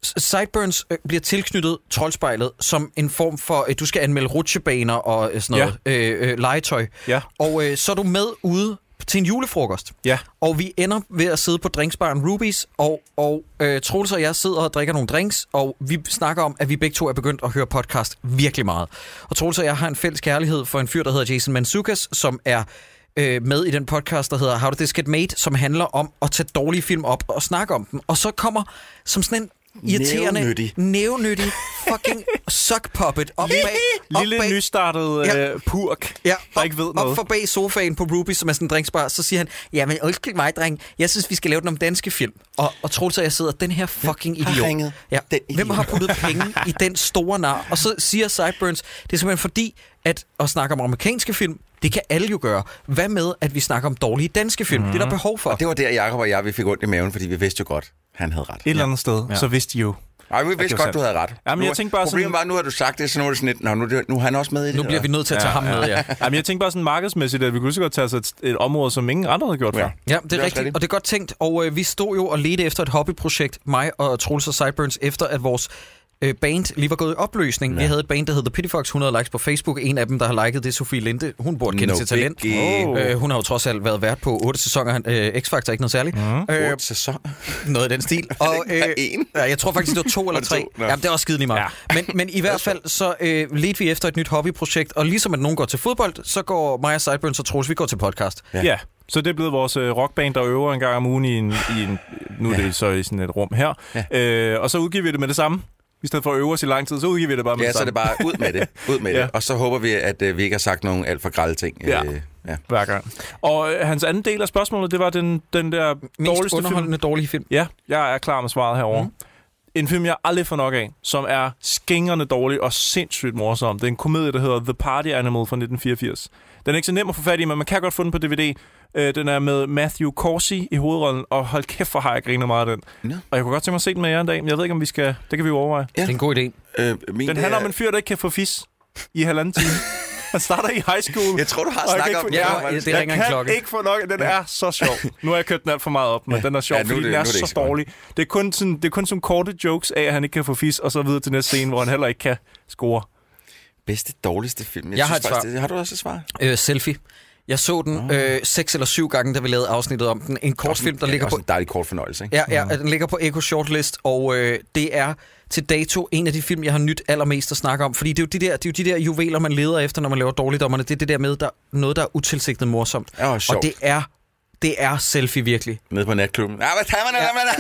Sideburns bliver tilknyttet Troldspejlet som en form for, du skal anmelde rutsjebaner og sådan noget legetøj. Ja. Og så er du med ude til en julefrokost. Ja. Og vi ender ved at sidde på drinksbaren Ruby's, og Troels og jeg sidder og drikker nogle drinks, og vi snakker om, at vi begge to er begyndt at høre podcast virkelig meget. Og Troels og jeg har en fælles kærlighed for en fyr, der hedder Jason Mantzoukas, som er med i den podcast, der hedder How Did This Get Made, som handler om at tage dårlige film op og snakke om dem. Og så kommer som sådan en irriterende, nævnyttig fucking sock puppet op bag. Lille nystartet purk, der ikke ved noget. Op for bag sofaen på Ruby, som er sådan en drinksbar, så siger han, jamen undskyld mig, dreng, jeg synes, vi skal lave den om danske film. Og Troels og jeg sidder, den her fucking idiot. Hvem har puttet penge i den store nar? Og så siger Sideburns, det er simpelthen fordi, at snakke om amerikanske film, det kan alle jo gøre. Hvad med, at vi snakker om dårlige danske film? Det er der behov for. Og det var der, Jacob og jeg, vi fik ondt i maven, fordi vi vidste jo godt, han havde ret. Et eller andet sted, så vidste de jo. Nej, vi vidste godt, du havde ret. Jamen, jeg tænkte bare problemet var, nu har du sagt det, så nu er det sådan lidt, nu er han også med i det. Nu bliver vi nødt til at tage ham med, ja. Jamen, jeg tænkte bare sådan markedsmæssigt, at vi kunne så godt tage os et område, som ingen andre havde gjort før. Ja, det er rigtigt, og det er godt tænkt. Og vi stod jo og ledte efter et hobbyprojekt, mig og Troels og Sideburns, efter at vores band lige var gået i opløsning. Ja. Vi havde et band, der hed The Pity Fox, 100 likes på Facebook. En af dem, der har liket, det er Sofie Linde. Hun burde kende til talent. Hun har jo trods alt været vært på 8 sæsoner. X-Factor ikke noget særligt. 8 sæsoner? Noget af den stil. Og, jeg tror faktisk, det var 2 eller 3. Jamen, det er også skide lige meget. Ja. Men i hvert fald, så ledte vi efter et nyt hobbyprojekt. Og ligesom at nogen går til fodbold, så går mig og Sideburns og Troels, vi går til podcast. Ja. Så det er blevet vores rockband, der øver en gang om ugen i en nu er det så i sådan et rum her. Ja. Og så udgiver vi det med det samme. I stedet for at øve os i lang tid, så udgiver vi det bare med det så er det bare ud med det. Ud med det. Og så håber vi, at vi ikke har sagt nogen alt for grælde ting. Hver gang. Og hans anden del af spørgsmålet, det var den der mest underholdende dårlige film. Ja, jeg er klar med svaret herovre. En film, jeg aldrig får nok af, som er skingerne dårlig og sindssygt morsom. Det er en komedie, der hedder The Party Animal fra 1984. Den er ikke så nem at få fat i, men man kan godt få den på DVD. Den er med Matthew Corsi i hovedrollen, og hold kæft, for har jeg griner meget af den. Og jeg kunne godt tænke mig at se den med jer en dag, men jeg ved ikke, om vi skal... Det kan vi jo overveje. Ja. Det er en god idé. Den handler om en fyr, der ikke kan få fis i 1,5 time. Han starter i high school. Jeg tror, du har snakket om det. Det ringer en klokke. Jeg kan ikke få nok. Den er så sjov. Nu har jeg kørt den alt for meget op, men den er sjov, fordi den er så dårlig. Det er kun sådan korte jokes af, at han ikke kan få fis, og så videre til næste scene, hvor han heller ikke kan score. Bedste, dårligste film? Jeg har et svar. Har du også et svar? Selfie. Jeg så den 6 eller 7 gange, da vi lavede afsnittet om den. En kortfilm, der ligger på... en dejlig kort fornøjelse, ikke? Ja, den ligger på Echo Shortlist, og det er til dato en af de film, jeg har nyt allermest at snakke om. Fordi det er jo de der juveler, man leder efter, når man laver dårligdommerne. Det er det der med, noget, der er utilsigtet morsomt. Og det er Selfie virkelig. Nede på natklubben. Hvad tager man?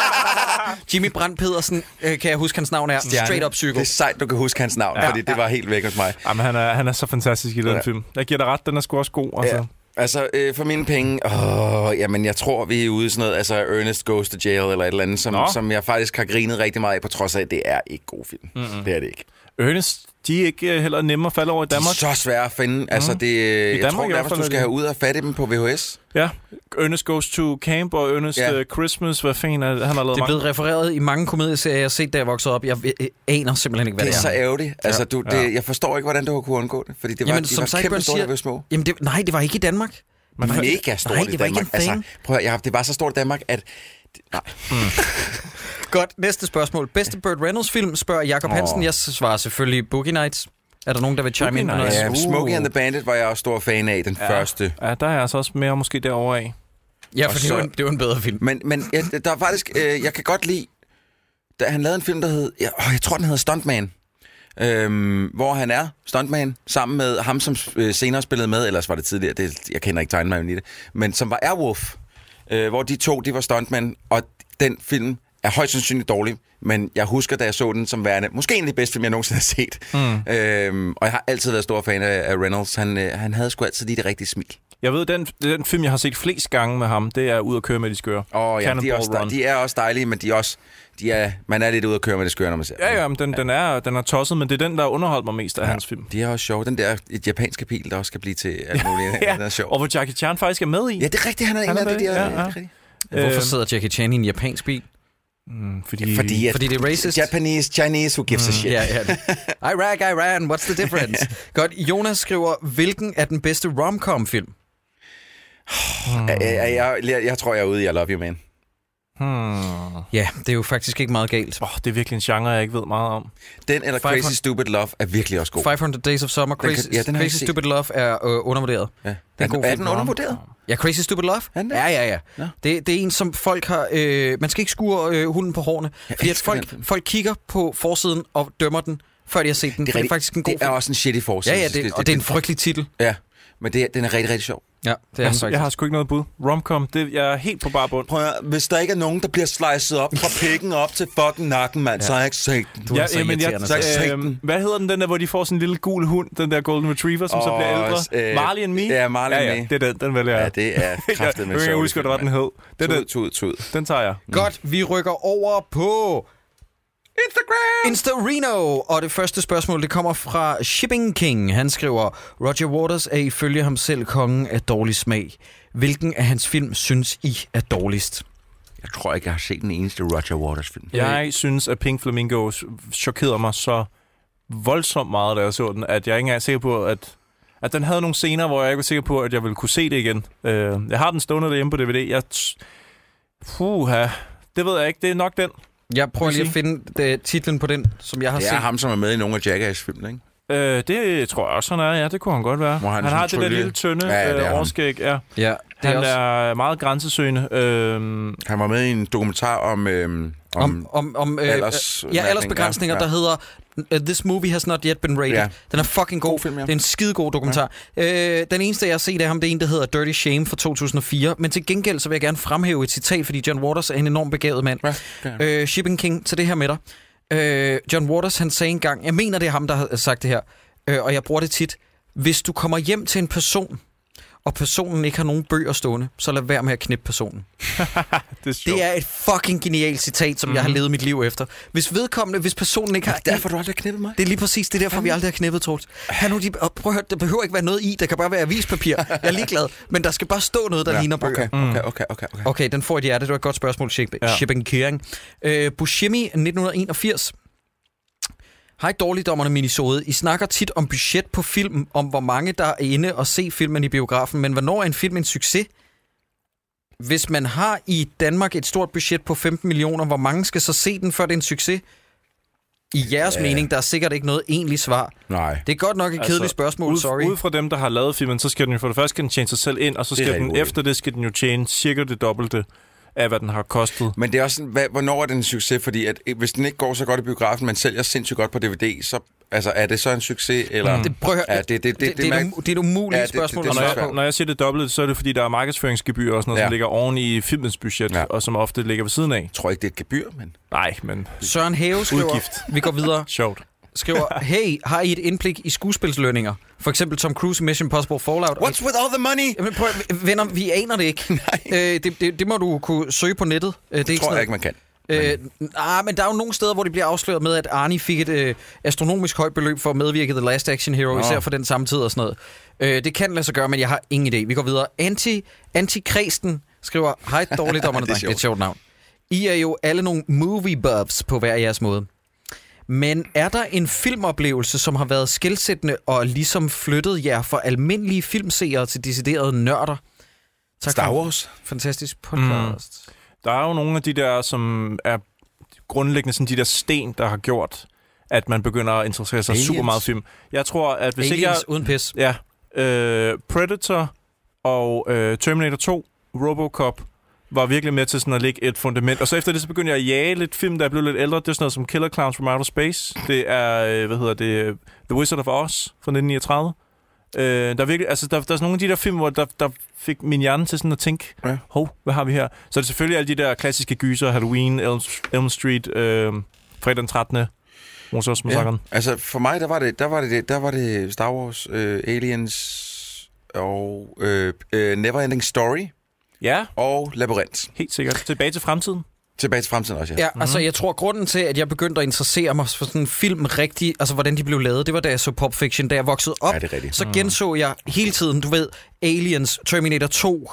Jimmy Brandt Pedersen, kan jeg huske hans navn er. Straight up psyko. Det er sejt, du kan huske hans navn, fordi det var helt væk hos mig. Jamen, han er så fantastisk i den film. Jeg giver dig ret, den er sgu også god. Altså. Ja. Altså, for mine penge, jamen, jeg tror, vi er ude i sådan noget, altså Ernest Goes to Jail eller et eller andet, som jeg faktisk har grinet rigtig meget af, på trods af, at det er ikke god film. Det er det ikke. Ernest, de er ikke heller nemme at falde over i Danmark. De er så svære at finde. Altså, jeg tror nærmest, du skal have ud og fatte dem på VHS. Ja, Ernest Goes to Camp og Ernest Christmas, hvad fanden han har lavet mange. Det er blevet refereret i mange komedieserier, jeg har set, da jeg voksede op. Jeg aner simpelthen ikke, hvad det er. Det er så ærgerligt. Altså, jeg forstår ikke, hvordan du kunne undgå det, fordi det var, de var kæmpe store, der var små. Jamen, det var ikke i Danmark. Mega stort i Danmark. Nej, det var ikke en thing. Altså, prøv at, det var så stort i Danmark, at... Nej. Godt, næste spørgsmål. Bedste Burt Reynolds-film, spørger Jacob Hansen. Jeg svarer selvfølgelig Boogie Nights. Er der nogen, der vil chime ind? Ja, Smokey and the Bandit var jeg også stor fan af, den første. Ja, der er jeg altså også mere måske derovre af. Ja, for det var en bedre film. Men der er faktisk... jeg kan godt lide... Han lavede en film, der hed... Jeg tror, den hedder Stuntman. Hvor han er stuntman sammen med ham, som senere spillede med, ellers var det tidligere, jeg kender ikke tegnmanden i det, men som var Airwolf, hvor de to, de var stuntmænd, og den film er højst sandsynligt dårlig, men jeg husker, da jeg så den som værende, måske en af de bedste film, jeg nogensinde har set. Og jeg har altid været stor fan af Reynolds. Han havde sgu altid lige det rigtige smil. Jeg ved, den film, jeg har set flest gange med ham, det er Ud at køre med de skøre. Ja, de er også dejlige, men man er lidt ude at køre med det skøre, når man ser. Ja, men den er tosset, men det er den, der underholdt mig mest af hans film. De er også sjove. Den der et japansk pil, der også skal blive til alt muligt. Den er sjov. Og hvor Jackie Chan faktisk er med i. Ja, det er rigtigt, han er en af det. Hvorfor sidder Jackie Chan i en japansk bil? Fordi det er racist. Chinese, who gives a shit. Iran, what's the difference? Godt, Jonas skriver, hvilken er den bedste rom-com-film? Jeg tror, jeg er ude i I Love You, Man. Ja, det er jo faktisk ikke meget galt. Det er virkelig en genre, jeg ikke ved meget om. Den eller Crazy Stupid Love er virkelig også god. 500 Days of Summer. Crazy Stupid Love er undervurderet. Ja. Det er en god film. Den undervurderet? Ja, Crazy Stupid Love? Ja. Det er en, som folk har... man skal ikke skure hunden på hårene. Fordi at folk kigger på forsiden og dømmer den, før de har set den. Det er faktisk en god film. Det er også en shitty forside. Ja, og det er en frygtelig titel. Ja, men den er rigtig, rigtig sjov. Ja, det er faktisk. Jeg har sgu ikke noget bud. Romcom, jeg er helt på bar bund. Prøv at, hvis der ikke er nogen, der bliver sliced op fra pikken op til fucking nakken, mand, så har jeg ikke set den. Hvad hedder den der, hvor de får sådan en lille gul hund, den der Golden Retriever, som så bliver ældre? Marley and Me? Ja, Marley and Me. Det er den vælger jeg. Ja, det er kraftigt med sjov. Jeg husker, hvad den hed. Tud. Den tager jeg. Godt, vi rykker over på... Instarino, og det første spørgsmål, det kommer fra Shipping King. Han skriver, Roger Waters er ifølge ham selv kongen af dårlig smag. Hvilken af hans film synes I er dårligst? Jeg tror ikke, jeg har set den eneste Roger Waters film. Jeg synes, at Pink Flamingos chokerede mig så voldsomt meget, da jeg så den, at jeg ikke engang er sikker på, at den havde nogle scener, hvor jeg ikke var sikker på, at jeg ville kunne se det igen. Jeg har den stående derhjemme på DVD. Det ved jeg ikke. Det er nok den. Jeg prøver lige at finde titlen på den, som jeg har set. Det er ham, som er med i nogle af Jackass-filmene, ikke? Det tror jeg også, han er. Ja, det kunne han godt være. Han har det der lille tynde overskæg. Ja. Han er meget grænsesøgende. Han var med i en dokumentar om aldersbegrænsninger, der hedder This Movie Has Not Yet Been Rated. Ja. Den er fucking god. Film, ja. Det er en skidegod dokumentar. Ja. Den eneste, jeg har set af ham, det er en, der hedder Dirty Shame fra 2004. Men til gengæld, så vil jeg gerne fremhæve et citat, fordi John Waters er en enormt begavet mand. Ja. Shipping King, til det her med dig. John Waters, han sagde engang, jeg mener, det er ham, der har sagt det her, og jeg bruger det tit. Hvis du kommer hjem til en person, og personen ikke har nogen bøger stående, så lad være med at knippe personen. Det er et fucking genialt citat, som jeg har levet mit liv efter. Hvis personen ikke har... Derfor du aldrig har knippet mig? Det er lige præcis, det er derfor, vi aldrig har knippet, Troels. Prøv at høre, der behøver ikke være noget i, der kan bare være avispapir. Jeg er ligeglad, men der skal bare stå noget, der ligner bøger. Okay, den får et hjerte, det var et godt spørgsmål, Shipping King. Buscemi, 1981. Hej dårligdommerne minisode. I snakker tit om budget på film, om hvor mange der er inde og se filmen i biografen, men hvornår er en film en succes? Hvis man har i Danmark et stort budget på 15 millioner, hvor mange skal så se den, før det er en succes? I jeres mening, der er sikkert ikke noget egentligt svar. Nej. Det er godt nok et kedeligt spørgsmål, sorry. Ud fra dem, der har lavet filmen, så skal den jo for det første tjene sig selv ind, og så skal den efter det skal den jo tjene cirka det dobbelte af, hvad den har kostet. Men det er også hvornår er den en succes? Fordi at, hvis den ikke går så godt i biografen, men sælger sindssygt godt på DVD, så er det så en succes? Eller? Det er et umuligt spørgsmål. Når jeg siger det dobbelte, så er det fordi, der er markedsføringsgebyr og sådan noget, som ligger oven i filmens budget, og som ofte ligger ved siden af. Jeg tror ikke, det er et gebyr, men... Nej, men... Søren Have skriver... Udgift. Vi går videre. Sjovt. Skriver, hey, har I et indblik i skuespilslønninger? For eksempel Tom Cruise i Mission Impossible Fallout. What's with all the money? Jamen, prøv, venner, vi aner det ikke. Det må du kunne søge på nettet. Det tror jeg ikke, man kan. Men der er jo nogle steder, hvor det bliver afsløret med, at Arnie fik et astronomisk højt beløb for at medvirke The Last Action Hero, især for den samme tid og sådan noget. Det kan lade sig gøre, men jeg har ingen idé. Vi går videre. Anti-Kresten skriver, hej dårligdommerne, det er et sjovt navn. I er jo alle nogle movie buffs på hver jeres måde. Men er der en filmoplevelse, som har været skelsættende og ligesom flyttet jer fra almindelige filmseere til deciderede nørder? Tak Star Wars. Fantastisk podcast. Der er jo nogle af de der, som er grundlæggende sådan de der sten, der har gjort, at man begynder at interessere sig super meget film. Jeg tror, at hvis Aliens ikke jeg... uden pis. Ja. Predator og Terminator 2, Robocop, var virkelig med til sådan at lægge et fundament. Og så efter det, så begyndte jeg at jage lidt film, der er blevet lidt ældre. Det er sådan noget som Killer Clowns from Outer Space. Det er, The Wizard of Oz fra 1939. Der er virkelig, altså der er sådan nogle af de der film, hvor der fik min hjerne til sådan at tænke, hvad har vi her? Så er det selvfølgelig alle de der klassiske gyser, Halloween, Elm Street, fredag den 13. Massakren. Altså for mig, der var det Star Wars, Aliens og Neverending Story. Ja. Og Labyrinth. Helt sikkert. Tilbage til fremtiden. Tilbage til fremtiden også, ja. Ja, altså jeg tror, grunden til, at jeg begyndte at interessere mig for sådan en film rigtig, altså hvordan de blev lavet, det var da jeg så Pulp Fiction, da jeg voksede op. Ja, så genså jeg hele tiden, du ved, Aliens, Terminator 2,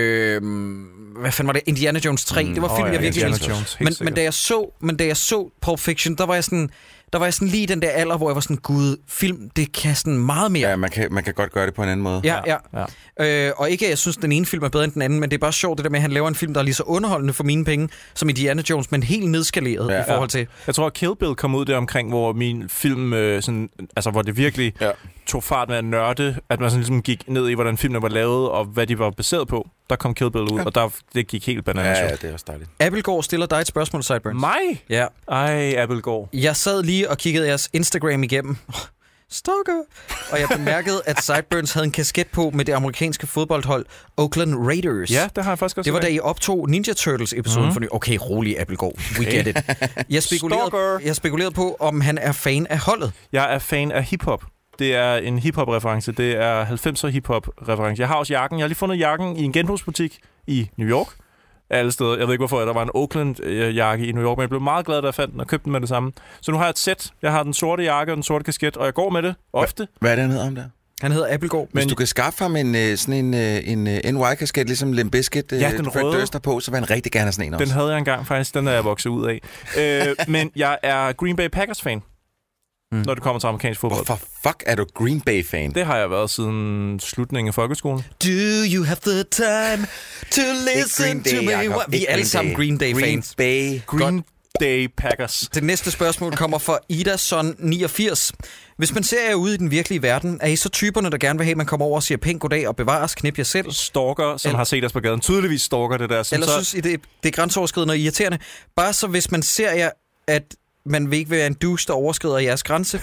hvad fanden var det, Indiana Jones 3, det var film, jeg virkelig elskede. Men da jeg så Pulp Fiction, der var jeg sådan, der var jeg sådan lige i den der alder, hvor jeg var sådan, gud, film, det kan sådan meget mere. Ja, man kan godt gøre det på en anden måde. Ja. Og ikke, at jeg synes, den ene film er bedre end den anden, men det er bare sjovt, det der med, at han laver en film, der er lige så underholdende for mine penge, som Indiana Jones, men helt nedskaleret i forhold til... Jeg tror, at Kill Bill kom ud der omkring, hvor min film, sådan, altså hvor det virkelig tog fart med at nørde, at man sådan ligesom gik ned i, hvordan filmene var lavet, og hvad de var baseret på. Der kom Kill Bill ud, og det gik helt bananas. Ja, det er også dejligt. Abelgaard stiller dig et spørgsmål, Sideburns. Mig? Ja. Ej, Abelgaard. Jeg sad lige og kiggede jeres Instagram igennem. Stalker. Og jeg bemærkede, at Sideburns havde en kasket på med det amerikanske fodboldhold Oakland Raiders. Ja, det har jeg faktisk også. Det var da I optog Ninja Turtles-episoden for okay, rolig Abelgaard. We get it. Jeg spekulerede på, om han er fan af holdet. Jeg er fan af hiphop. Det er en hiphop-reference. Det er 90'er hiphop-reference. Jeg har også jakken. Jeg har lige fundet jakken i en genbrugsbutik i New York. Alle steder. Jeg ved ikke, hvorfor der var en Oakland-jakke i New York, men jeg blev meget glad, da jeg fandt den og købte den med det samme. Så nu har jeg et sæt. Jeg har den sorte jakke og den sorte kasket, og jeg går med det ofte. Hvad er det, han hedder om der? Han hedder Abelgaard. Hvis du kan skaffe ham en NY-kasket, ligesom Limp Bizkit, den Fred røde. Durst på, så vil han rigtig gerne have sådan en også. Den havde jeg engang faktisk. Den er jeg vokset ud af. Men jeg er Green Bay Packers-fan. Når det kommer til amerikansk fodbold. Hvorfor fuck er du Green Bay-fan? Det har jeg været siden slutningen af folkeskolen. Do you have the time to listen to me? Vi er alle sammen Green Day-fans. Green Day Packers. Det næste spørgsmål kommer fra Ida-son89. Hvis man ser jer ude i den virkelige verden, er I så typerne, der gerne vil have, at man kommer over og siger pænt goddag og bevares, knip jer selv? Stalker, som har set os på gaden. Tydeligvis stalker det der. Eller synes I, det er grænseoverskridende og irriterende? Bare så hvis man ser jer, at man vil ikke være en douche, der overskrider jeres grænse.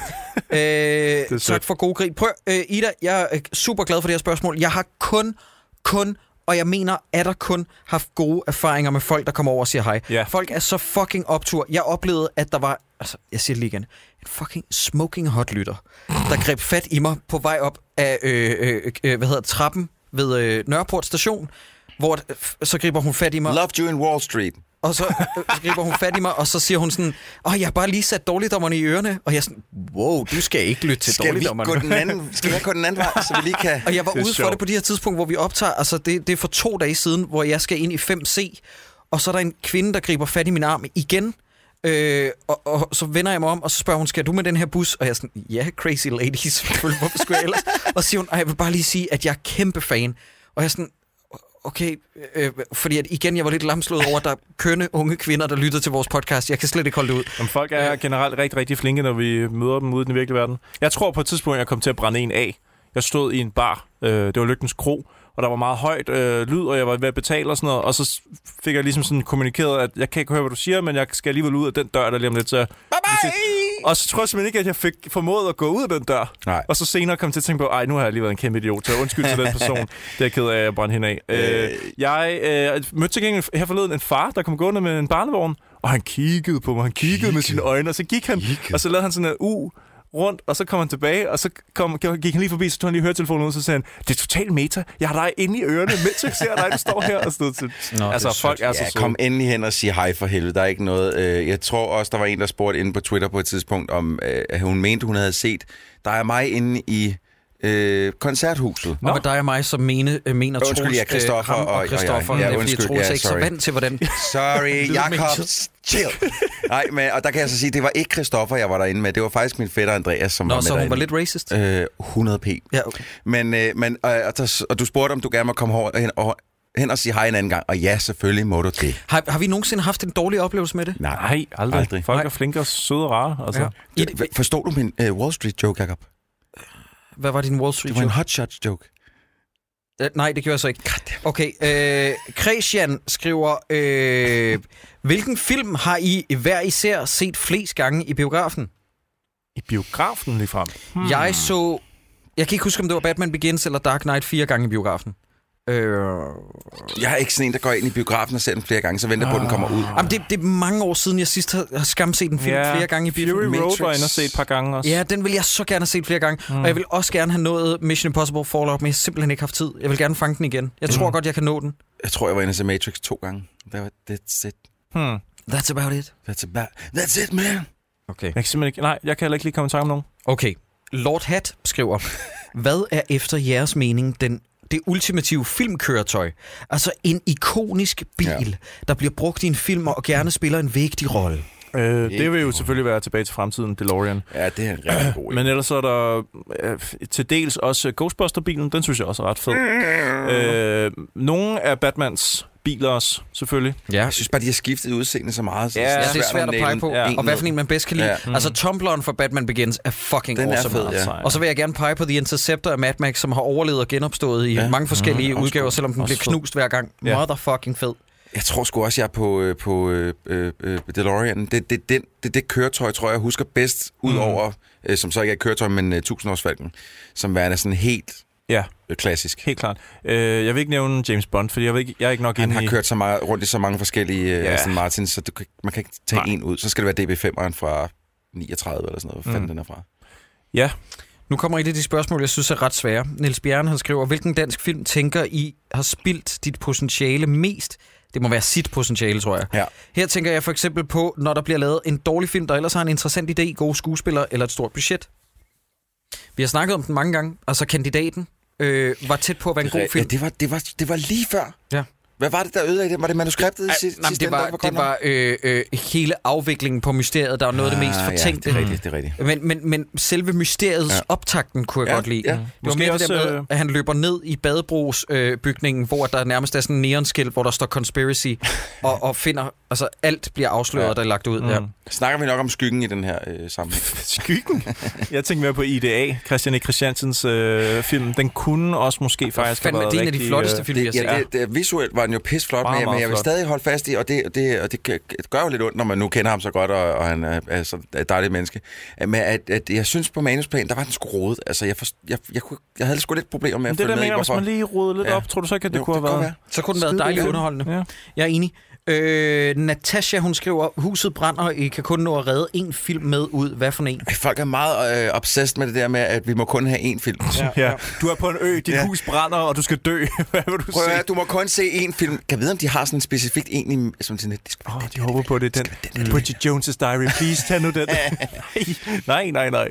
Tak for god grin. Prøv, Ida, jeg er super glad for det her spørgsmål. Jeg har kun, og jeg mener, at der kun haft gode erfaringer med folk, der kommer over og siger hej. Yeah. Folk er så fucking optur. Jeg oplevede, at der var, altså, jeg siger det lige igen, en fucking smoking hot lytter, der greb fat i mig på vej op af, trappen ved Nørreport station, hvor så griber hun fat i mig. Loved you in Wall Street. Og så griber hun fat i mig, og så siger hun sådan, jeg har bare lige sat dårligdommerne i ørerne. Og jeg er sådan, wow, du skal ikke lytte til dårligdommerne. Skal vi gå den anden vej, så vi lige kan... Og jeg var ude for det på de her tidspunkt, hvor vi optager. Altså, det er for 2 dage siden, hvor jeg skal ind i 5C. Og så er der en kvinde, der griber fat i min arm igen. Og så vender jeg mig om, og så spørger hun, skal du med den her bus? Og jeg er sådan, ja, crazy ladies. Hvorfor skulle jeg ellers? Og så siger hun, jeg vil bare lige sige, at jeg er kæmpe fan. Og jeg er sådan... Okay, fordi at igen, jeg var lidt lamslået over, at der er kønne unge kvinder, der lytter til vores podcast. Jeg kan slet ikke holde det ud. Jamen, folk er generelt rigtig, rigtig flinke, når vi møder dem ude i den virkelige verden. Jeg tror på et tidspunkt, jeg kom til at brænde en af. Jeg stod i en bar. Det var Lygtens Kro, og der var meget højt lyd, og jeg var ved at betale og sådan noget. Og så fik jeg ligesom sådan kommunikeret, at jeg kan ikke høre, hvad du siger, men jeg skal alligevel ud af den dør, der lige om lidt. Så og så tror jeg simpelthen ikke, at jeg fik formået at gå ud af den dør. Nej. Og så senere kom jeg til at tænke på, nu har jeg lige været en kæmpe idiot. Så undskyld til den person. Det er jeg ked af at brænde hende af. Jeg mødte til gengæld her forleden en far, der kom gående med en barnevogn, og han kiggede på mig. Han kiggede med sine øjne, og så gik han, og så lavede han sådan en rundt, og så kom han tilbage, og så gik han lige forbi, så tog han lige høretelefonen ud, og så sagde han, det er totalt meta. Jeg har dig inde i ørerne, mens jeg ser dig, du står her og stod til. Altså, folk er så søde. Kom endelig hen og sig hej for helvede. Der er ikke noget... Jeg tror også, der var en, der spurgte inde på Twitter på et tidspunkt, om at hun mente, hun havde set, der er mig inde i koncerthuset. Og med dig og mig, som mener Troels, undskyld, ja, Christoffer og Christoffer, fordi Troels er ikke så vant til, hvordan... Sorry, Jakob, chill. Nej, men, og der kan jeg så sige, det var ikke Christoffer, jeg var derinde med. Det var faktisk min fætter Andreas, som var med derinde. Nå, så hun var lidt racist? 100p. Ja, okay. Og du spurgte, om du gerne må komme hen og sige hej en anden gang. Og ja, selvfølgelig må du det. Har vi nogensinde haft en dårlig oplevelse med det? Nej, aldrig. Folk er flinke og søde og rare. Altså. Ja. Forstod du min Wall Street joke, Jacob? Hvad var din Wall Street joke? Det var en hotshots joke. Nej, det gjorde jeg så ikke. Okay, Christian skriver, hvilken film har I hver især set flest gange i biografen? I biografen lige frem? Jeg kan ikke huske, om det var Batman Begins eller Dark Knight 4 gange i biografen. Jeg er ikke sådan en, der går ind i biografen og ser den flere gange, så venter på, at den kommer ud. Jamen, det er mange år siden, jeg sidst har set en film flere gange i biografen. Fury Road var inde og set et par gange også. Ja, den vil jeg så gerne have set flere gange. Og jeg vil også gerne have nået Mission Impossible Fallout, men jeg har simpelthen ikke haft tid. Jeg vil gerne fange den igen. Jeg tror godt, jeg kan nå den. Jeg tror, jeg var inde og se Matrix 2 gange. That's it. That's about it. That's it, man. Okay. Jeg kan heller ikke lige komme i tanke om nogen. Okay. Lord Hat skriver, hvad er efter jeres mening det ultimative filmkøretøj? Altså en ikonisk bil, der bliver brugt i en film og gerne spiller en vigtig rolle. Det vil jo selvfølgelig være Tilbage til fremtiden, DeLorean. Ja, det er en rigtig god idé. Men ellers er der til dels også Ghostbuster-bilen. Den synes jeg også er ret fed. Nogle af Batmans biler også, selvfølgelig. Ja. Jeg synes bare, de har skiftet udseende så meget. Så det er svært at pege på. Og hvad for en man bedst kan lide. Ja. Altså, Tumbleren for Batman Begins er fucking awesome. Fed, ja. Og så vil jeg gerne pege på The Interceptor af Mad Max, som har overlevet og genopstået i mange forskellige udgaver, selvom den bliver knust hver gang. Motherfucking fed. Jeg tror sgu også, jeg er på DeLorean. Det køretøj, tror jeg husker bedst, udover, som så ikke er et køretøj, men 1000-årsfalken, som værende sådan helt klassisk. Helt klart. Jeg vil ikke nævne James Bond, fordi jeg er ikke nok inde i... Han har kørt så meget rundt i så mange forskellige Aston Martins, så man kan ikke tage en ud. Så skal det være DB5'eren fra 39 eller sådan noget. Hvor fanden den er fra? Ja. Nu kommer et af de spørgsmål, jeg synes er ret svære. Niels Bjerre, han skriver, hvilken dansk film tænker I har spildt dit potentiale mest? Det må være sit potentiale, tror jeg. Ja. Her tænker jeg for eksempel på, når der bliver lavet en dårlig film, der ellers har en interessant idé, gode skuespillere eller et stort budget. Vi har snakket om den mange gange. Altså, Kandidaten var tæt på at være en god film. Ja, det var lige før. Ja. Hvad var det, der ødelagde det? Var det manuskriptet sidste det var hele afviklingen på mysteriet, der var noget af det mest fortænkte. Ja, det er rigtigt. Men selve mysteriets optakten kunne jeg godt lide. Ja. Det var mere det der med, at han løber ned i badebrugsbygningen, hvor der nærmest er sådan en neonskilt, hvor der står Conspiracy, og finder, altså alt bliver afsløret, der er lagt ud. Ja. Snakker vi nok om skyggen i den her sammenhæng? Skyggen? Jeg tænker mere på IDA, Christian E. Christiansens film. Den kunne også måske faktisk have været rigtig... Det er en af de flotteste film, jeg har set. Visuelt var den jo pisflot, men jeg vil stadig holde fast i, og det gør jo lidt ondt, når man nu kender ham så godt, og han er så et dejligt menneske. Men at jeg synes på manusplan, der var den sgu rodet. Altså, jeg havde sgu lidt problemer med at følge med i, hvorfor. Hvis man lige rodede lidt op, tror du så ikke, at det kunne have været... Så kunne den være dejligt underholdende. Ja. Jeg er enig. Natasha, hun skriver, huset brænder, og I kan kun nå at redde en film med ud. Hvad for en? Folk er meget obsessed med det der med, at vi må kun have én film. Ja. Du er på en ø, dit hus brænder, og du skal dø. Hvad vil du se? Du må kun se én film. Kan jeg vide, om de har sådan specifikt en som til net? De håber på det. Den Bridget Jones' Diary. Please, tag nu den. Nej.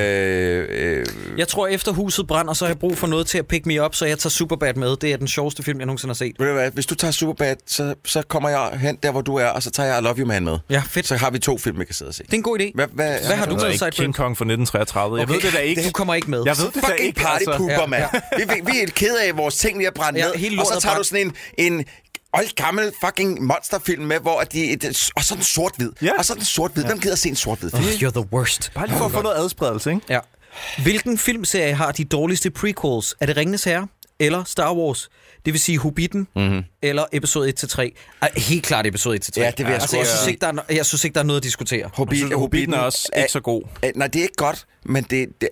Jeg tror, efter huset brænder, så har jeg brug for noget til at pick me up, så jeg tager Superbad med. Det er den sjoveste film, jeg nogensinde har set. Ved du hvad? Hvis du tager Superbad, så kommer jeg hen der, hvor du er, og så tager jeg I Love You Man med. Ja, fedt. Så har vi 2 film, vi kan sidde og se. Det er en god idé. Hvad har du med sig? King Kong fra 1933. Jeg ved det da ikke. Du kommer ikke med. Jeg ved det da ikke. Fucking partypooper, mand. Vi er ked af vores ting, vi har brændt ned. Og så tager du sådan en gammel fucking monsterfilm med, hvor og så den sort-hvid. Og så den sort-hvid. Hvem gider se en sort-hvid film? You're the worst. Bare lige for at få noget adspredelse, ikke? Ja. Hvilken filmserie har de dårligste prequels? Er det Ringenes Herre eller Star Wars? Det vil sige Hobbiten eller episode 1-3. Helt klart episode 1-3. Ja, det vil jeg jeg synes ikke, der er noget at diskutere. Hobbiten er også ikke så god. Nej, det er ikke godt, men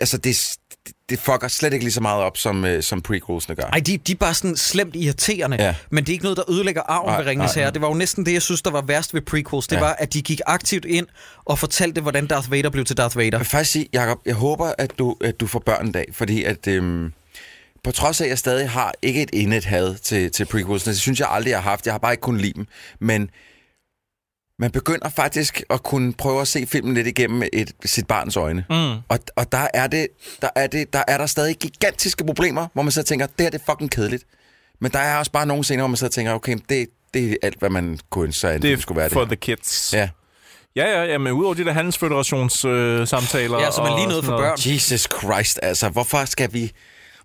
det fucker slet ikke lige så meget op, som prequelsene gør. Ej, de er bare sådan slemt irriterende, men det er ikke noget, der ødelægger arven ved Ringenes Herre. Det var jo næsten det, jeg synes, der var værst ved prequels. Det var, at de gik aktivt ind og fortalte, hvordan Darth Vader blev til Darth Vader. Jeg vil faktisk sige, Jacob, jeg håber, at du får børn en dag, fordi at... på trods af, at jeg stadig har ikke et indet had til prequelsene, det synes jeg aldrig, jeg har haft. Jeg har bare ikke kunnet lide dem. Men man begynder faktisk at kunne prøve at se filmen lidt igennem sit barns øjne. Og der er der stadig gigantiske problemer, hvor man så tænker, det her det er fucking kedeligt. Men der er også bare nogle scener, hvor man så tænker, okay, det er alt, hvad man kunne ønske sig, det skulle være det. For the kids. Ja. Ja, men udover de der handelsføderations samtaler. Ja, så man lige noget for børn. Jesus Christ, altså, hvorfor skal vi...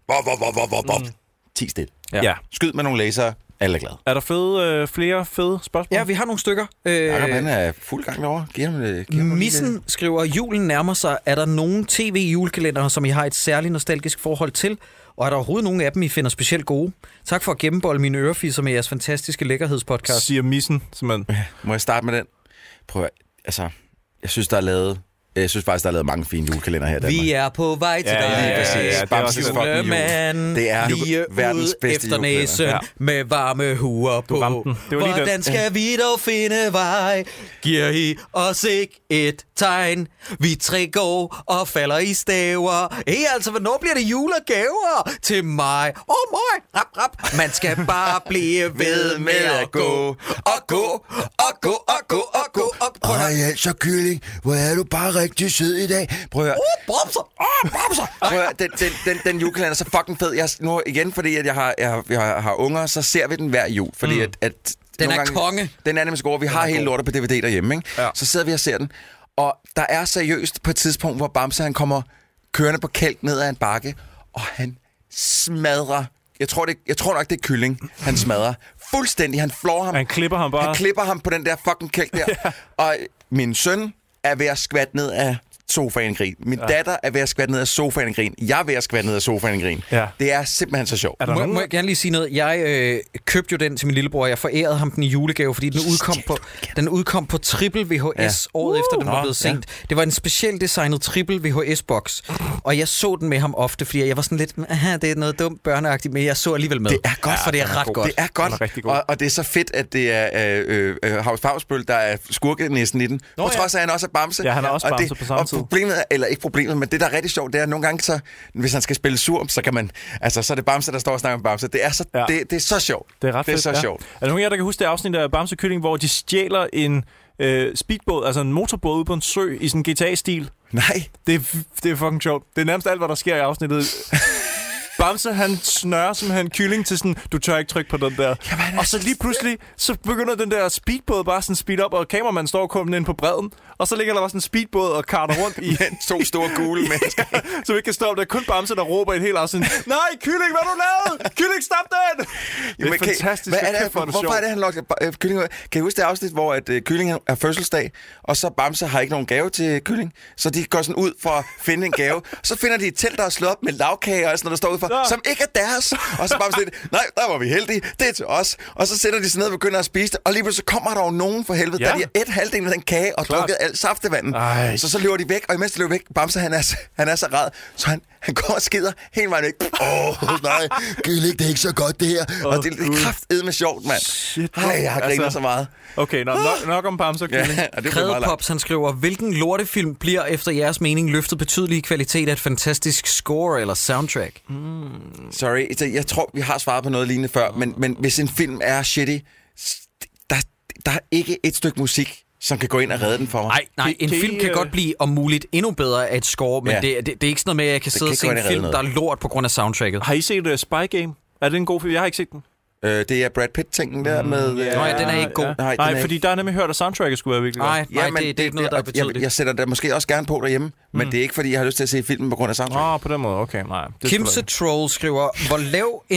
10 stille. Ja. Skyd med nogle lasere. Alle er glade. Er der flere fede spørgsmål? Ja, vi har nogle stykker. Jacob, han er fuld gang derovre. Missen skriver, julen nærmer sig. Er der nogen tv-julekalendere, som I har et særligt nostalgisk forhold til? Og er der overhovedet nogen af dem, I finder specielt gode? Tak for at gennembolde mine ørefisser med jeres fantastiske lækkerhedspodcast. Siger Missen, simpelthen. Må jeg starte med den? Prøv at, altså, jeg synes faktisk, der er lavet mange fine julekalender her i Danmark. Vi er på vej til dig. Ja, Bamses julemand. Det er lige verdens bedste efter næsen med varme huer på. Hvordan skal vi dog finde vej? Giver I os ikke et tegn? Vi 3 går og falder i staver. Altså, hvornår bliver det julegaver til mig? Mig. Rap. Man skal bare blive ved med at gå. Altså, kylling, hvor er du bare rigtig sød i dag. Prøv at høre. Bromser. Prøv at høre, den julekalender er så fucking fed. Nu igen, fordi at jeg har unger, så ser vi den hver jul. Fordi at Den er konge. Den er nemlig score. Vi har hele lortet på DVD derhjemme, ikke? Ja. Så sidder vi og ser den. Og der er seriøst på et tidspunkt, hvor Bamse han kommer kørende på kælk ned ad en bakke, og han smadrer. Jeg tror nok, det er kylling, han smadrer. Fuldstændig. Han flår ham. Han klipper ham bare. Han klipper ham på den der fucking kælk der. Ja. Og min søn er ved at skvatte ned af sofaen grin. Min datter er ved at skvatte ned af sofaen grin. Jeg er ved at skvatte ned af sofaen grin. Ja. Det er simpelthen så sjovt. Må jeg gerne lige sige noget? Jeg købte jo den til min lillebror, og jeg forærede ham den i julegave, fordi den udkom på triple VHS året efter, den var blevet sendt. Det var en specielt designet triple VHS-boks, og jeg så den med ham ofte, fordi jeg var sådan lidt, det er noget dumt børneagtigt, men jeg så alligevel med. Det er godt, for det er ret godt. Det er godt, og det er så fedt, at det er Haus Fausbøl, der er skurkenæsten i den. På trods af, at han også er Bamse. Ja, han er også Bamse på samme tid. Problemet, eller ikke problemet, men det, der er rigtig sjovt, det er, at nogle gange, så, hvis han skal spille sur, så kan man, altså, så er det Bamse, der står og snakker om Bamse. Det er så, det er så sjovt. Det er ret fedt, sjovt. Er der nogen af jer, der kan huske det afsnit af Bamse Kylling, hvor de stjæler en speedbåd, altså en motorbåd ude på en sø i sådan en GTA-stil? Nej. Det er fucking sjovt. Det er nærmest alt, hvad der sker i afsnittet. Bamse, han snører simpelthen Kylling til sådan, du tør ikke trykke på den der. Jamen, og så lige pludselig, så begynder den der speedbåd bare sådan speed op, og kameramanden står og kommer ind på bredden, og så ligger der bare sådan en speedbåd og karter rundt i to store gule mennesker. Så vi ikke kan stoppe. Der er kun Bamse, der råber et helt afsnit. Nej, Kylling, hvad har du lavet? Kylling, stop den! Det er fantastisk. Hvorfor er det, han lokker Kylling? Kan I huske det afsnit, hvor at Kylling er fødselsdag, og så Bamse har ikke nogen gave til Kylling, så de går sådan ud for at finde en gave. Så finder de et telt, der er slået op med lavkager og sådan noget, der står ud for, som ikke er deres. Og så Bamse lidt, nej, der var vi heldige, det er til os. Og så sætter de sig ned og begynder at spise det, og lige pludselig kommer der jo nogen for helvede, der de har et halvdel af den kage og drukket alt saftevanden. Så løber de væk, og imens de løber væk, Bamse, han er så ræd, så han går og skider hele vejen væk. Nej, Kylling, det er ikke så godt det her. Og det er kraftedme sjovt, mand. Jeg har grinet så meget. Okay, nok om Bamse og Kylling. Krædepops, han skriver, hvilken lortefilm bliver efter jeres mening løftet betydelig kvalitet af et fantastisk score eller soundtrack? Sorry, jeg tror, vi har svaret på noget lignende før, men hvis en film er shitty, der er ikke et stykke musik, som kan gå ind og redde den for mig. Nej, en film kan godt blive om muligt endnu bedre af et score, men det er ikke sådan noget med, at jeg kan sidde og se en film, der er lort på grund af soundtracket. Har I set Spy Game? Er det en god film? Jeg har ikke set den. Det er Brad Pitt-tingen der med... Nej, den er ikke god. Nej, fordi der er nemlig hørt, at soundtracket skulle være virkelig godt. Nej, det er ikke noget, der er betydeligt. Jeg sætter det måske også gerne på derhjemme, men det er ikke, fordi jeg har lyst til at se filmen på grund af soundtracket. På den måde, okay. Nej. Kimse Troll skriver, hvor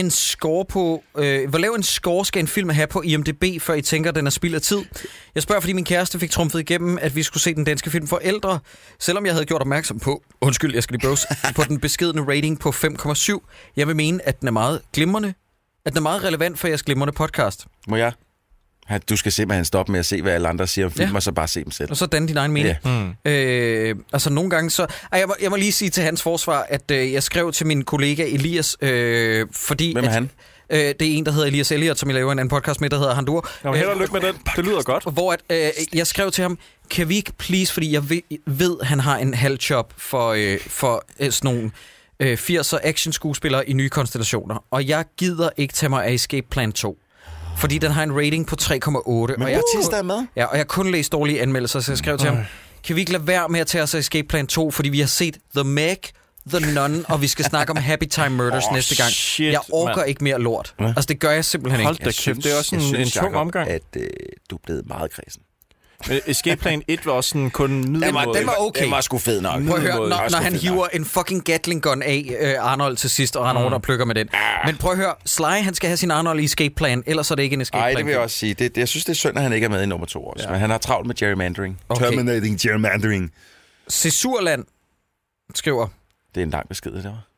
lav en score skal en film have på IMDb, før I tænker, den er spild af tid? Jeg spørger, fordi min kæreste fik trumfet igennem, at vi skulle se den danske film Forældre, selvom jeg havde gjort opmærksom på, jeg skal lige bøvs, på den beskedne rating på 5,7. Jeg vil mene, at den er meget glimrende. At den er meget relevant for jeres glimrende podcast. Må jeg? Du skal simpelthen stoppe med at se, hvad alle andre siger om film, og så bare se dem selv. Og så danne din egen mening. Altså nogle gange så... Jeg må lige sige til hans forsvar, at jeg skrev til min kollega Elias, fordi... Hvem er han? Det er en, der hedder Elias Elliot, som jeg laver en anden podcast med, der hedder Handur. Held og lykke med den. Det lyder godt. Hvor jeg skrev til ham, kan vi ikke please, fordi jeg ved han har en halv job for sådan nogle... 80'er actionskuespillere i nye konstellationer. Og jeg gider ikke tage mig af Escape Plan 2. Fordi den har en rating på 3,8. Men Bautista er med? Ja, og jeg har kun læst dårlige anmeldelser, så jeg skrev til ham, kan vi ikke lade være med at tage os af Escape Plan 2, fordi vi har set The Meg, The Nun, og vi skal snakke om Happy Time Murders næste gang. Jeg orker ikke mere lort. Altså, det gør jeg simpelthen ikke. Hold da kæft, det er også en tung omgang. At du er blevet meget kredsen. Escape Plan 1 var også sådan kun middelmåde. Den var okay. Den var sgu fed nok. Prøv at høre, når han hiver en fucking Gatling gun af Arnold til sidst, og render rundt og plukker med den. Men prøv at høre, Sly, han skal have sin Arnold i Escape Plan, ellers er det ikke en Escape Plan. Nej, det vil jeg også sige. Jeg synes, det er synd, at han ikke er med i nummer 2 også. Men han har travlt med gerrymandering. Okay. Terminating gerrymandering. Cesurland skriver... Det er en lang besked, det var.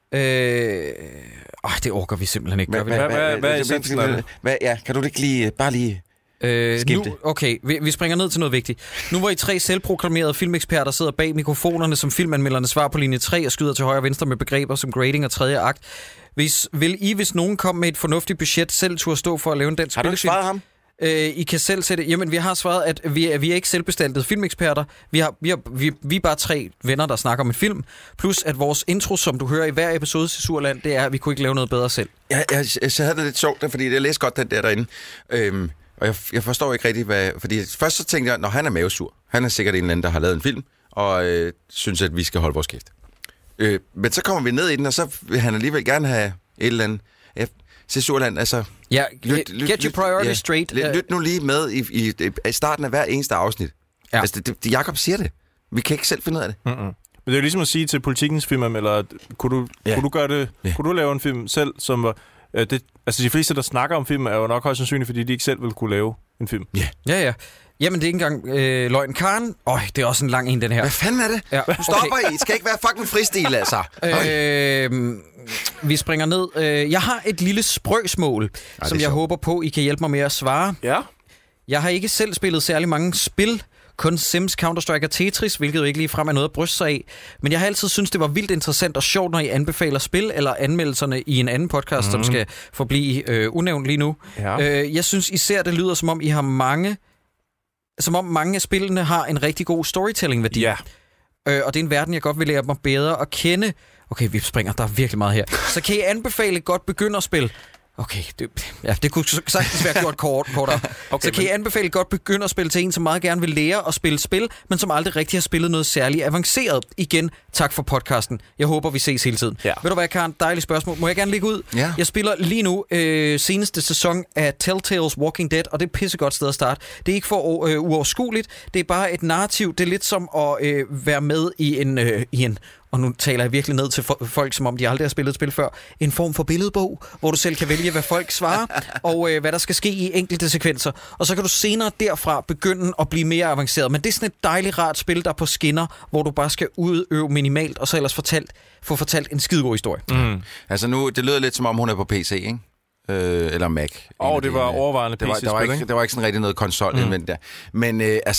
Det orker vi simpelthen ikke. Hvad er essensen af det? Kan du ikke lige... Bare lige... Okay, vi springer ned til noget vigtigt. Nu hvor I 3 selvproklamerede filmeksperter sidder bag mikrofonerne som filmanmelderne svar på linje 3 og skyder til højre og venstre med begreber som grading og tredje akt. Vil I, hvis nogen kom med et fornuftigt budget, selv turde stå for at lave en dansk spillefilm? Har du ikke svaret ham? I kan selv sætte... Jamen, vi har svaret, at vi er ikke selvbestandede filmeksperter. Vi er bare 3 venner, der snakker om en film. Plus, at vores intro, som du hører i hver episode til Surland, det er, at vi kunne ikke lave noget bedre selv. Jeg havde det lidt sjovt, fordi jeg læste godt den der derinde. Og jeg forstår ikke rigtig, hvad... Fordi først så tænkte jeg, når han er mavesur. Han er sikkert en eller anden, der har lavet en film, og synes, at vi skal holde vores kæft. Men så kommer vi ned i den, og så vil han alligevel gerne have et eller andet... Cesurland, altså... Ja, get your priorities straight. Lyt nu lige med i starten af hver eneste afsnit. Ja. Altså, Jakob siger det. Vi kan ikke selv finde ud af det. Men det er jo ligesom at sige til Politikens film, eller kunne du gøre det? Yeah. Kunne du lave en film selv, som var... altså, de fleste, der snakker om film, er jo nok højst sandsynligt, fordi de ikke selv vil kunne lave en film. Ja. Jamen, det er ikke engang løgn. Karen, det er også en lang en, den her. Hvad fanden er det? Ja. Du stopper i. Det skal ikke være fucking fristil, altså. Vi springer ned. Jeg har et lille sprøgsmål, som jeg håber på, I kan hjælpe mig med at svare. Ja. Jeg har ikke selv spillet særlig mange spil, kun Sims, Counter-Strike og Tetris, hvilket jo ikke lige frem er noget at bryste sig af. Men jeg har altid syntes, det var vildt interessant og sjovt, når I anbefaler spil eller anmeldelserne i en anden podcast, som skal forblive unævnt lige nu. Ja. Jeg synes især, det lyder som om, I har mange af spillene har en rigtig god storytelling-værdi. Ja. Og det er en verden, jeg godt vil lære mig bedre at kende. Okay, vi springer, der er virkelig meget her. Så kan I anbefale et godt begynderspil? Okay, det kunne sagtens være gjort kortere. Okay, så kan I anbefale et godt begynderspil til en, som meget gerne vil lære at spille spil, men som aldrig rigtig har spillet noget særligt avanceret. Igen, tak for podcasten. Jeg håber, vi ses hele tiden. Ja. Ved du hvad, Karen? Dejligt spørgsmål. Må jeg gerne lægge ud? Ja. Jeg spiller lige nu seneste sæson af Telltales Walking Dead, og det er et pissegodt sted at starte. Det er ikke for uoverskueligt. Det er bare et narrativ. Det er lidt som at være med i en og nu taler jeg virkelig ned til folk, som om de aldrig har spillet et spil før, en form for billedbog, hvor du selv kan vælge, hvad folk svarer, og hvad der skal ske i enkelte sekvenser. Og så kan du senere derfra begynde at blive mere avanceret. Men det er sådan et dejligt, rart spil, der er på skinner, hvor du bare skal udøve minimalt, og så ellers få fortalt en skidegod historie. Altså nu, det lyder lidt som om, hun er på PC, ikke? Eller Mac. Det var overvejende PC-spil, ikke? Der var ikke sådan rigtig noget konsol indvendt der. Men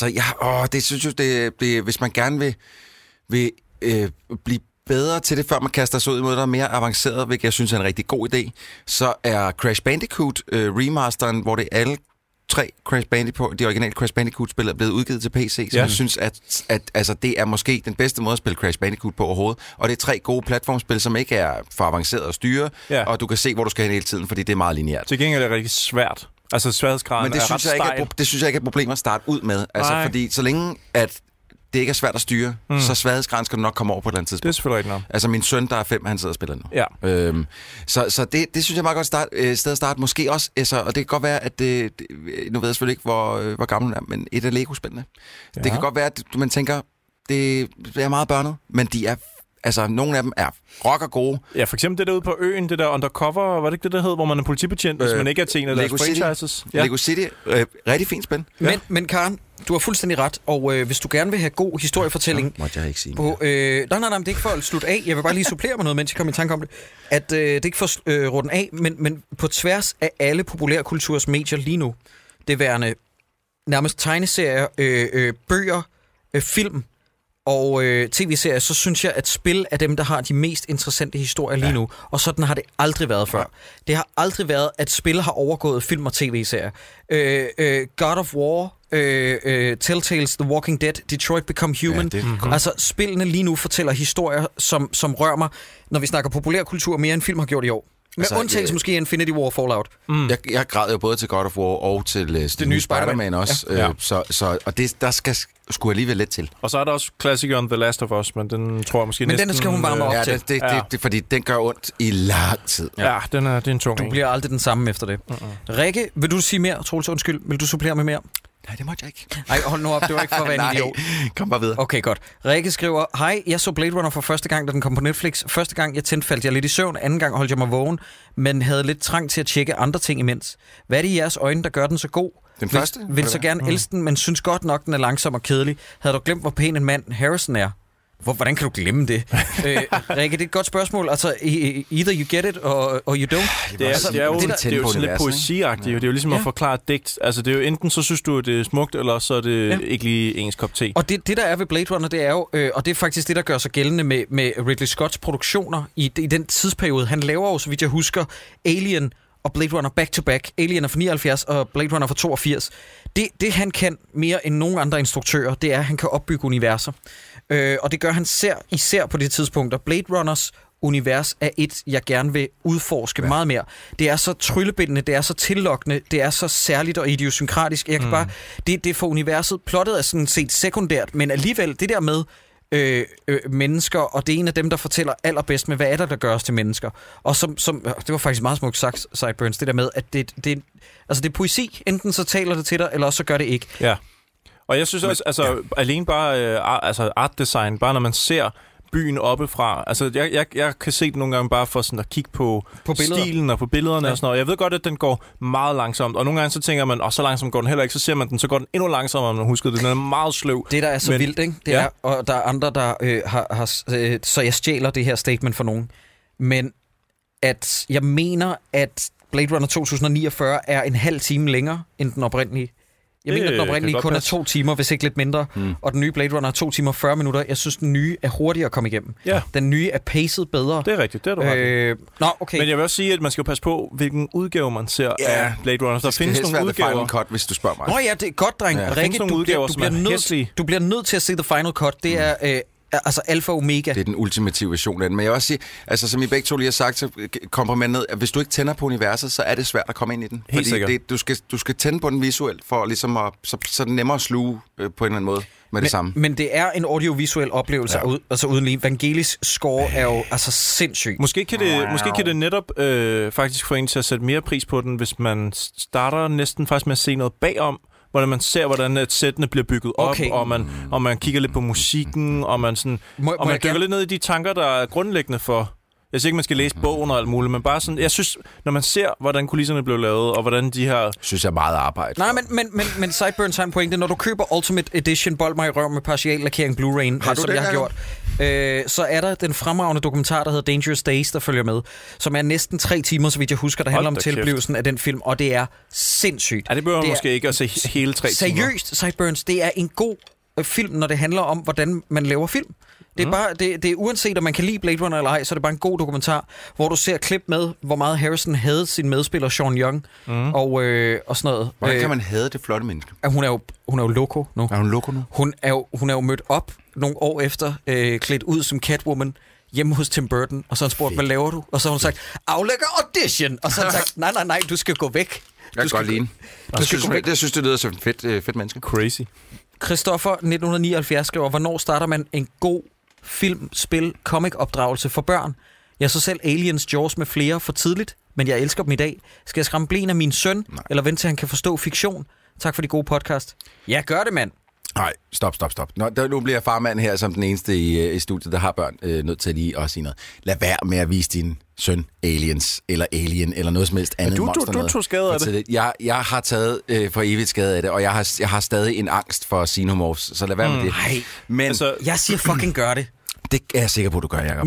det synes jeg, det hvis man gerne vil blive bedre til det, før man kaster sig ud imod noget mere avanceret, hvilket jeg synes er en rigtig god idé, så er Crash Bandicoot remasteren, hvor det er alle 3 de originale Crash Bandicoot-spil er blevet udgivet til PC, så jeg synes, at altså, det er måske den bedste måde at spille Crash Bandicoot på overhovedet. Og det er 3 gode platformspil, som ikke er for avanceret at styre, og du kan se, hvor du skal hen hele tiden, fordi det er meget lineært. Til gengæld er det rigtig svært. Altså sværhedsgraden er ret stejl. Det synes jeg ikke er et problem at starte ud med. Altså, fordi så længe at det ikke er svært at styre, så sværhedsgraden skal du nok komme over på et eller andet tidspunkt. Det er selvfølgelig ikke noget. Altså min søn, der er 5, han sidder og spiller nu. Ja. Så det synes jeg er meget godt sted at starte. Måske også, altså, og det kan godt være, at nu ved jeg selvfølgelig ikke, hvor gammel han er, men et af Lego-spillene. Ja. Det kan godt være, at man tænker, det er meget børnet, men de er altså, nogle af dem er rocker gode. Ja, for eksempel det der ude på øen, det der Undercover, var det ikke det, der hed, hvor man er politibetjent, hvis man ikke er til en af deres franchises? Ja. Lego City, rigtig fint spil. Men Karen, du har fuldstændig ret, og hvis du gerne vil have god historiefortælling... måtte jeg ikke sige nej, det er ikke for at slutte af. Jeg vil bare lige supplere med noget, mens jeg kommer i tanke om det. At det er ikke for at runde af, men på tværs af alle populærkulturs medier lige nu, det værende nærmest tegneserier, bøger, film og tv-serier, så synes jeg, at spil er dem, der har de mest interessante historier lige nu. Og sådan har det aldrig været før. Det har aldrig været, at spil har overgået film og tv-serier. God of War, Telltales, The Walking Dead, Detroit Become Human. Altså, spillene lige nu fortæller historier, som rører mig, når vi snakker populærkultur, mere end film har gjort i år. Med undtagelse måske Infinity War og Fallout. Jeg græd jo både til God of War og til det nye Spider-Man også. Og der skal skulle alligevel lidt til. Og så er der også klassikeren The Last of Us, men den tror jeg måske næsten... Men den skal hun varme op til. Det, fordi den gør ondt i lang tid. Ja, det er en tung. Du bliver aldrig den samme efter det. Rikke, vil du sige mere? Troels, undskyld. Vil du supplere med mere? Nej, det måtte jeg ikke. Nej, hold nu op. Det var ikke for at være en idiot. Kom bare videre. Okay, godt. Rikke skriver, hej, jeg så Blade Runner for første gang, da den kom på Netflix. Første gang jeg tændte, faldt jeg lidt i søvn. Anden gang holdt jeg mig vågen, men havde lidt trang til at tjekke andre ting imens. Hvad er det i jeres øjne, der gør den så god? Den første? Vil så gerne elske den, men synes godt nok, den er langsom og kedelig. Havde du glemt, hvor pæn en mand Harrison er? Hvordan kan du glemme det? Rikke, det er et godt spørgsmål. Altså, either you get it, or you don't. Det er jo sådan lidt poesiagtigt. Det er jo ligesom at forklare et digt. Altså, det er jo enten, så synes du, det er smukt, eller så er det ikke lige ens kop te. Og det der er ved Blade Runner, det er jo, og det er faktisk det, der gør sig gældende med Ridley Scotts produktioner i den tidsperiode. Han laver jo, så vidt jeg husker, Alien og Blade Runner back-to-back. Alien er fra 79, og Blade Runner fra 82. Det han kan mere end nogen andre instruktører, det er, at han kan opbygge universer. Og det gør han især på det tidspunkt. Blade Runners univers er et, jeg gerne vil udforske meget mere. Det er så tryllebindende, det er så tillokkende, det er så særligt og idiosynkratisk. Jeg kan bare, det er for universet. Plottet er sådan set sekundært, men alligevel det der med mennesker, og det er en af dem, der fortæller allerbedst med, hvad er der gør os til mennesker. Og som det var faktisk meget smukt sagt, Sideburns, det der med, at det er poesi. Enten så taler det til dig, eller også så gør det ikke. Ja. Og jeg synes også, alene bare art design, bare når man ser byen oppefra. Altså, jeg kan se det nogle gange bare for sådan at kigge på stilen og på billederne og sådan noget. Jeg ved godt, at den går meget langsomt, og nogle gange så tænker man, så langsomt går den heller ikke, så ser man den, så går den endnu langsommere, om man husker det. Den er meget sløv. Det, der er så vildt, ikke? Det er, og der er andre, der så jeg stjæler det her statement for nogen. Men at jeg mener, at Blade Runner 2049 er en halv time længere end den oprindelige. Jeg mener, at den oprindelige kun er 2 timer, hvis ikke lidt mindre. Og den nye Blade Runner er 2 timer og 40 minutter. Jeg synes, den nye er hurtigere at komme igennem. Ja. Den nye er paced bedre. Det er rigtigt, det er du ret. Okay. Men jeg vil også sige, at man skal jo passe på, hvilken udgave man ser af Blade Runner. Der findes nogle udgaver. Final Cut, hvis du spørger mig. Nå ja, det er godt, dreng. Ja. Rikke, du bliver nødt til at se The Final Cut. Det er... Altså alfa og omega. Det er den ultimative version af den. Men jeg vil også sige, altså som I begge to lige har sagt, så kommer man ned, at hvis du ikke tænder på universet, så er det svært at komme ind i den. Helt sikkert. Du skal tænde på den visuelt, for ligesom så er det nemmere at sluge på en eller anden måde med det samme. Men det er en audiovisuel oplevelse, altså uden lige. Vangelis score er jo altså sindssygt. Måske kan det netop faktisk få en til at sætte mere pris på den, hvis man starter næsten faktisk med at se noget bagom, hvor man ser, hvordan sættene bliver bygget op, og man kigger lidt på musikken, og man dykker lidt ned i de tanker, der er grundlæggende for... Jeg siger ikke, man skal læse bogen og alt muligt, men bare sådan... Jeg synes, når man ser, hvordan kulisserne blev lavet, og hvordan de her... Synes jeg er meget arbejde. Nej, men Sideburns har en pointe. Når du køber Ultimate Edition, bold mig i røv med partiallakering Blu-ray, som jeg har gjort, så er der den fremragende dokumentar, der hedder Dangerous Days, der følger med, som er næsten 3 timer, så vidt jeg husker, der handler om tilblivelsen af den film, og det er sindssygt. Ja, det behøver man måske ikke at se hele 3 timer. Seriøst, Sideburns, det er en god film, når det handler om, hvordan man laver film. Det er bare, det er uanset om man kan lide Blade Runner eller ej, så er det bare en god dokumentar, hvor du ser klip med, hvor meget Harrison havde sin medspiller Sean Young og sådan noget. Hvordan kan man hade det flotte menneske? Hun er jo loco nu. Er hun loco nu? Hun er jo mødt op nogle år efter, klædt ud som Catwoman hjemme hos Tim Burton, og så har han spurgt, hvad laver du? Og så har hun sagt, aflægger audition! Og så har han sagt, nej, du skal gå væk. Jeg kan godt lide. Jeg synes, det lyder som fedt menneske. Crazy. Christoffer 1979 skriver, hvornår starter man en god film, spil, comic-opdragelse for børn? Jeg så selv Aliens, Jaws med flere for tidligt, men jeg elsker dem i dag. Skal jeg skræmme blen af min søn, eller vente til han kan forstå fiktion? Tak for de gode podcast. Ja, gør det, mand. Nej, stop. Nu bliver jeg farmand her som den eneste i studiet, der har børn, nødt til lige at sige noget. Lad være med at vise din søn Aliens, eller Alien, eller noget som helst andet monster. Du tog skade af det. Jeg har taget for evigt skade af det, og jeg har stadig en angst for xenomorphs, så lad være med det. Nej, men altså, jeg siger fucking gør det. Det er jeg sikker på, du gør, Jacob.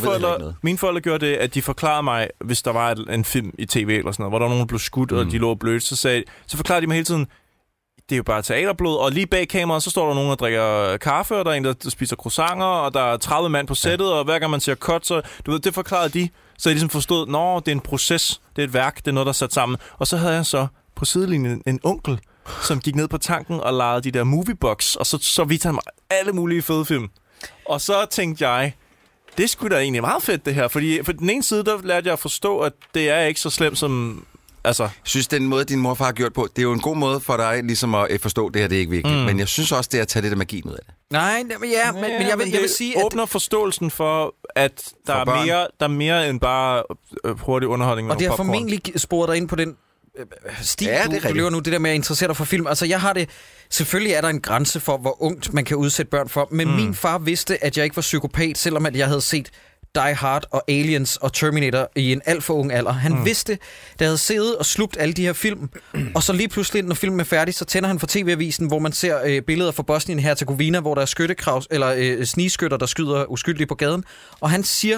Mine forældre gjorde det, at de forklarede mig, hvis der var en film i tv eller sådan noget, hvor der var nogen, der blev skudt, og de lå blødt, så forklarede de mig hele tiden, det er jo bare teaterblod, og lige bag kameraet, så står der nogen, der drikker kaffe, og der er en, der spiser croissanter, og der er 30 mand på sættet, og hver gang man siger cut, så du ved, det forklarede de. Så jeg ligesom forstod, det er en proces, det er et værk, det er noget, der er sat sammen. Og så havde jeg så på sidelinjen en onkel, som gik ned på tanken og legede de der moviebox, og så viste han mig alle mulige fede film. Og så tænkte jeg, det skulle da egentlig meget fedt, det her, fordi på den ene side, der lærte jeg at forstå, at det er ikke så slemt som... Altså. Jeg synes, den måde, din morfar har gjort på, det er jo en god måde for dig ligesom at forstå, det her det er ikke vigtigt. Men jeg synes også, det er at tage lidt af magien ud af det. Nej, men jeg vil sige, at... åbner forståelsen for, at der er mere end bare hurtig underholdning. Og det har formentlig sporet dig ind på den stil, du lever nu, det der med at interessere dig for film. Altså, jeg har det... Selvfølgelig er der en grænse for, hvor ungt man kan udsætte børn for, men min far vidste, at jeg ikke var psykopat, selvom at jeg havde set Die Hard og Aliens og Terminator i en alt for ung alder. Han vidste, da jeg havde siddet og slugt alle de her film, og så lige pludselig, når filmen er færdig, så tænder han for TV-avisen, hvor man ser billeder fra Bosnien-Herzegovina, hvor der er skyttekravs, eller snigskytter, der skyder uskyldigt på gaden. Og han siger,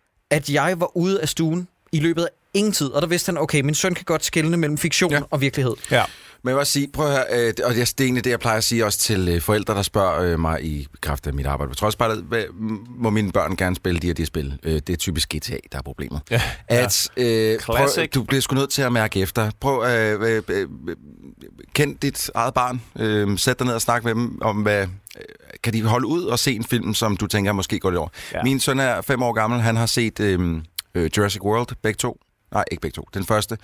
at jeg var ude af stuen i løbet af ingen tid, og der vidste han, okay, min søn kan godt skelne mellem fiktion og virkelighed. Ja. Men jeg vil også sige, prøv at høre, og det er egentlig det, jeg plejer at sige også til forældre, der spørger mig i kraft af mit arbejde på Troldspejlet, må mine børn gerne spille de spil? Det er typisk GTA, der er problemet. Ja. Prøv, du bliver sgu nødt til at mærke efter. Prøv at kend dit eget barn. Sæt dig ned og snak med dem om, hvad kan de holde ud og se en film, som du tænker måske går det over. Ja. Min søn er 5 år gammel, han har set Jurassic World, begge to. Nej, ikke begge to. Den første.